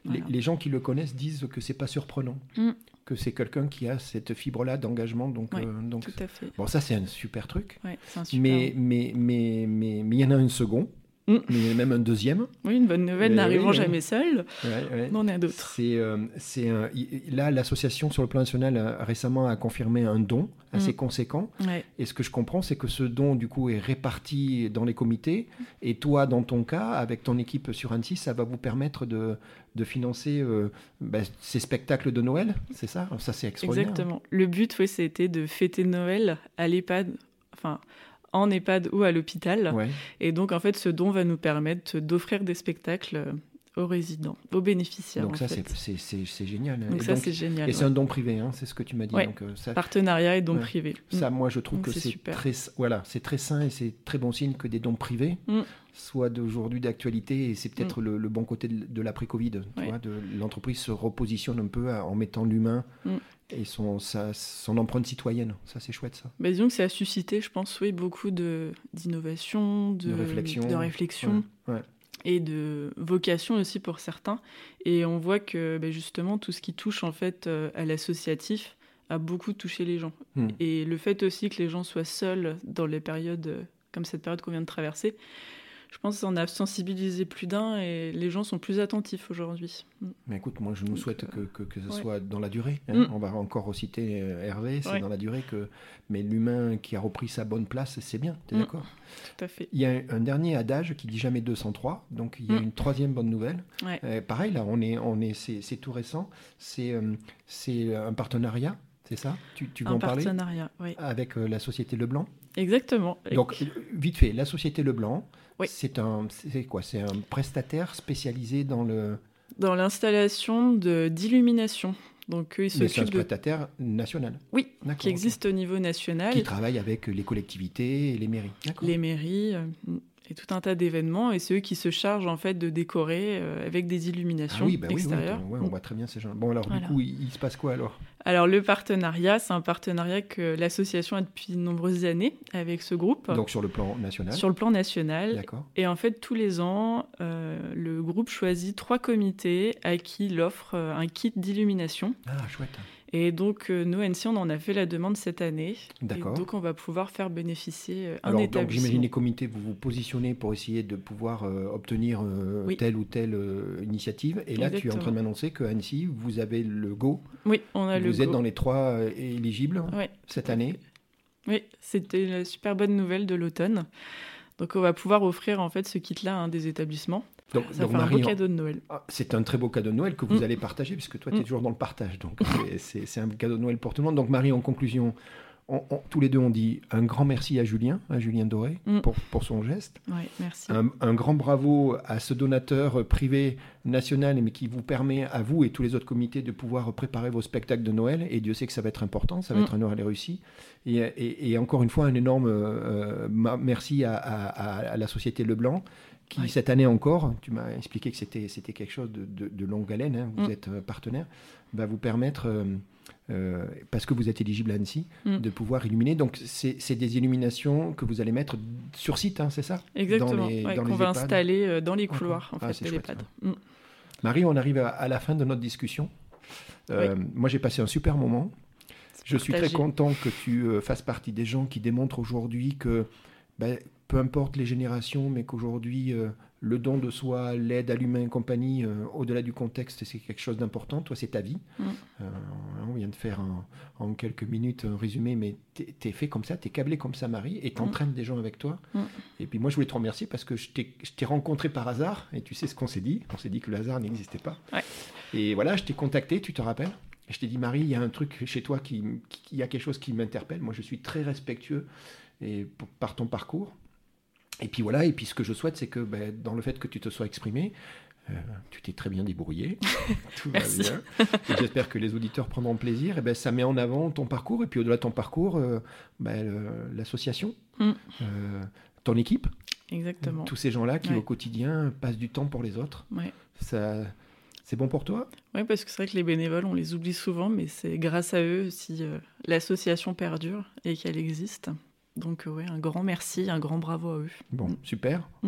Les, Voilà. les gens qui le connaissent disent que c'est pas surprenant, Mm. que c'est quelqu'un qui a cette fibre-là d'engagement. Donc, Ouais, euh, donc Tout à fait. bon, ça c'est un super truc. Ouais, c'est un super. Mais mais mais mais mais il y en a un second, Mm. mais il y en a même un deuxième. Oui, une bonne nouvelle Mais n'arrivant oui, oui. jamais seule. Ouais, ouais. On en a d'autres. C'est, euh, c'est un- y- là, l'association sur le plan national a, récemment a confirmé un don assez Mm. conséquent. Ouais. Et ce que je comprends, c'est que ce don, du coup, est réparti dans les comités. Et toi, dans ton cas, avec ton équipe sur Annecy, ça va vous permettre de, de financer euh, bah, ces spectacles de Noël, c'est ça? Ça, c'est extraordinaire. Exactement. Le but, oui, c'était de fêter Noël à l'EHPAD, enfin, en EHPAD ou à l'hôpital. Ouais. Et donc, en fait, ce don va nous permettre d'offrir des spectacles aux résidents, aux bénéficiaires. Donc en ça, fait. c'est, c'est, c'est, c'est génial. Donc et ça, donc, c'est génial. Et c'est ouais. un don privé, hein, c'est ce que tu m'as dit. Ouais. Donc, euh, ça, Partenariat et don Ouais. privé. Ça, Mm. moi, je trouve Donc, que c'est c'est super. très, voilà, c'est très sain et c'est très bon signe que des dons privés Mm. soient d'aujourd'hui d'actualité. Et c'est peut-être Mm. le, le bon côté de, de l'après-Covid. Tu Ouais. vois, de, l'entreprise se repositionne un peu à- en mettant l'humain Mm. et son, sa, son empreinte citoyenne. Ça, c'est chouette, ça. Bah, disons que ça a suscité, je pense, oui, beaucoup de, d'innovation, de, De réflexion. de réflexion Ouais. Ouais. et de vocation aussi pour certains. Et on voit que bah, justement, tout ce qui touche en fait euh, à l'associatif a beaucoup touché les gens. Mm. Et le fait aussi que les gens soient seuls dans les périodes euh, comme cette période qu'on vient de traverser, je pense que ça en a sensibilisé plus d'un et les gens sont plus attentifs aujourd'hui. Mm. Mais écoute, moi, je nous Donc, souhaite euh, que, que, que ce ouais. soit dans la durée. Hein. Mm. On va encore citer euh, Hervé, c'est Ouais. dans la durée que. Mais l'humain qui a repris sa bonne place, c'est bien. T'es Mm. d'accord? Tout à fait. Il y a un, un dernier adage qui dit jamais deux sans trois. Donc il y a Mm. une troisième bonne nouvelle. Ouais. Euh, pareil, là, on est, on est, c'est, c'est tout récent. C'est, euh, c'est un partenariat, c'est ça? Tu, tu veux Un en parler? partenariat, oui. Avec euh, la Société Leblanc. Exactement. Donc, euh, vite fait, la Société Leblanc, Oui. c'est un, c'est quoi? C'est un prestataire spécialisé dans le. Dans l'installation de, d'illumination. Donc, eux, ils Mais c'est un s'occupent de... prestataire national. Oui, D'accord, qui existe au niveau national. Qui travaille avec les collectivités et les mairies. D'accord. Les mairies euh, et tout un tas d'événements. Et c'est eux qui se chargent, en fait, de décorer euh, avec des Ah illuminations oui, bah oui, oui, extérieures. ouais, on voit très bien ces gens. Bon, alors Voilà. du coup, il, il se passe quoi alors? Alors, le partenariat, c'est un partenariat que l'association a depuis de nombreuses années avec ce groupe, Donc sur le plan national. sur le plan national. D'accord. Et en fait, tous les ans, euh, le groupe choisit trois comités à qui il offre euh, un kit d'illumination. Ah, chouette. Et donc, euh, nous, Annecy, on en a fait la demande cette année. D'accord. Et donc, on va pouvoir faire bénéficier euh, un Alors, donc, établissement. j'imagine les comités, vous vous positionnez pour essayer de pouvoir euh, obtenir euh, Oui. telle ou telle euh, initiative. Et là, tu es en Exactement. train de m'annoncer qu'à Annecy, vous avez le go. Oui, on a le Vous êtes go. dans les trois euh, éligibles Ouais, cette tout à année. fait. Oui, c'était une super bonne nouvelle de l'automne. Donc, on va pouvoir offrir en fait ce kit-là à un des établissements. Donc, Ça donc, fait un Marie, beau cadeau de Noël. ah, c'est un très beau cadeau de Noël que vous Mm. allez partager, puisque toi, tu es Mm. toujours dans le partage. Donc, c'est- c'est c'est un cadeau de Noël pour tout le monde. Donc, Marie, en conclusion, on- on- tous les deux, on dit un grand merci à Julien, à Julien Doré, Mm. pour, pour son geste. Oui, merci. Un, un grand bravo à ce donateur privé national, mais qui vous permet, à vous et tous les autres comités, de pouvoir préparer vos spectacles de Noël. Et Dieu sait que ça va être important, ça va Mm. être un Noël réussi. Et, et- et encore une fois, un énorme euh, ma- merci à, à- à- à la Société Leblanc, qui Oui. cette année encore, tu m'as expliqué que c'était, c'était quelque chose de, de- de longue haleine, hein, vous Mm. êtes euh, partenaire, va vous permettre, euh, euh, parce que vous êtes éligible à Annecy, Mm. de pouvoir illuminer. Donc, c'est, c'est des illuminations que vous allez mettre sur site, hein, c'est ça? Exactement. Dans les- Ouais, dans qu'on les va EHPAD. installer euh, dans les D'accord. couloirs en Ah, fait, c'est de chouette, l'EHPAD. ça. Mm. Marie, on arrive à, à la fin de notre discussion. Euh, Moi, j'ai passé un super moment. C'est Je suis très partagé. content que tu euh, fasses partie des gens qui démontrent aujourd'hui que, ben, peu importe les générations, mais qu'aujourd'hui, euh, le don de soi, l'aide à l'humain et compagnie, euh, au-delà du contexte, c'est quelque chose d'important. Toi, c'est ta vie. Mm. Euh, on vient de faire un- en quelques minutes un résumé, mais t'es, t'es fait comme ça, t'es câblé comme ça, Marie, et t'entraînes des gens avec toi. Mm. Et puis moi, je voulais te remercier parce que je t'ai, je t'ai rencontré par hasard, et tu sais ce qu'on s'est dit. On s'est dit que le hasard n'existait pas. Ouais. Et voilà, je t'ai contacté, tu te rappelles? Et je t'ai dit, Marie, il y a un truc chez toi qui, qui- il y a quelque chose qui m'interpelle. Moi, je suis très respectueux et, p- par ton parcours. Et puis voilà, et puis ce que je souhaite, c'est que ben, dans le fait que tu te sois exprimé, euh, tu t'es très bien débrouillé. Tout va Merci. bien. Et j'espère que les auditeurs prendront plaisir. Et ben, ça met en avant ton parcours. Et puis au-delà de ton parcours, euh, ben, le- l'association, Mm. euh, ton équipe, Exactement. tous ces gens-là qui Ouais. au quotidien passent du temps pour les autres. Ouais. Ça, c'est bon pour toi? Oui, parce que c'est vrai que les bénévoles, on les oublie souvent, mais c'est grâce à eux si euh, l'association perdure et qu'elle existe. Donc, euh, ouais, un grand merci, un grand bravo à eux. Bon, Mm. super. Mm.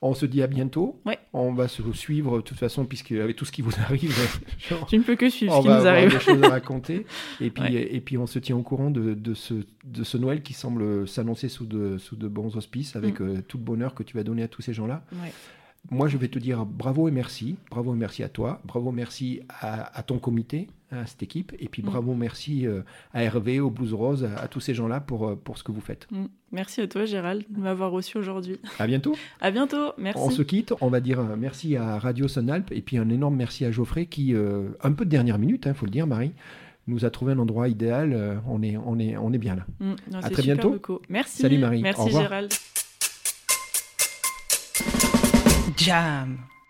On se dit à bientôt. Ouais. On va se suivre de toute façon, puisqu'avec tout ce qui vous arrive, genre, tu ne peux que suivre on ce qui va nous avoir arrive. des choses à raconter. Et puis, Ouais. et puis on se tient au courant de, de, ce, de ce Noël qui semble s'annoncer sous de, sous de bons auspices, avec Mm. euh, tout le bonheur que tu vas donner à tous ces gens-là. Ouais. Moi, je vais te dire bravo et merci. Bravo et merci à toi. Bravo, merci à, à ton comité, à cette équipe. Et puis Mm. bravo, merci euh, à Hervé, au Blues Rose, à, à tous ces gens-là pour, euh, pour ce que vous faites. Mm. Merci à toi, Gérald, de m'avoir reçu aujourd'hui. À bientôt. À bientôt. Merci. On se quitte. On va dire euh, merci à Radio Sonalp et puis un énorme merci à Geoffrey qui, euh, un peu de dernière minute, il hein, faut le dire, Marie, nous a trouvé un endroit idéal. Euh, on, est, on, est, on est bien là. Mm. Non, À c'est très super bientôt. beau. Merci. Salut, Marie. Au Merci, revoir. Gérald. Jam.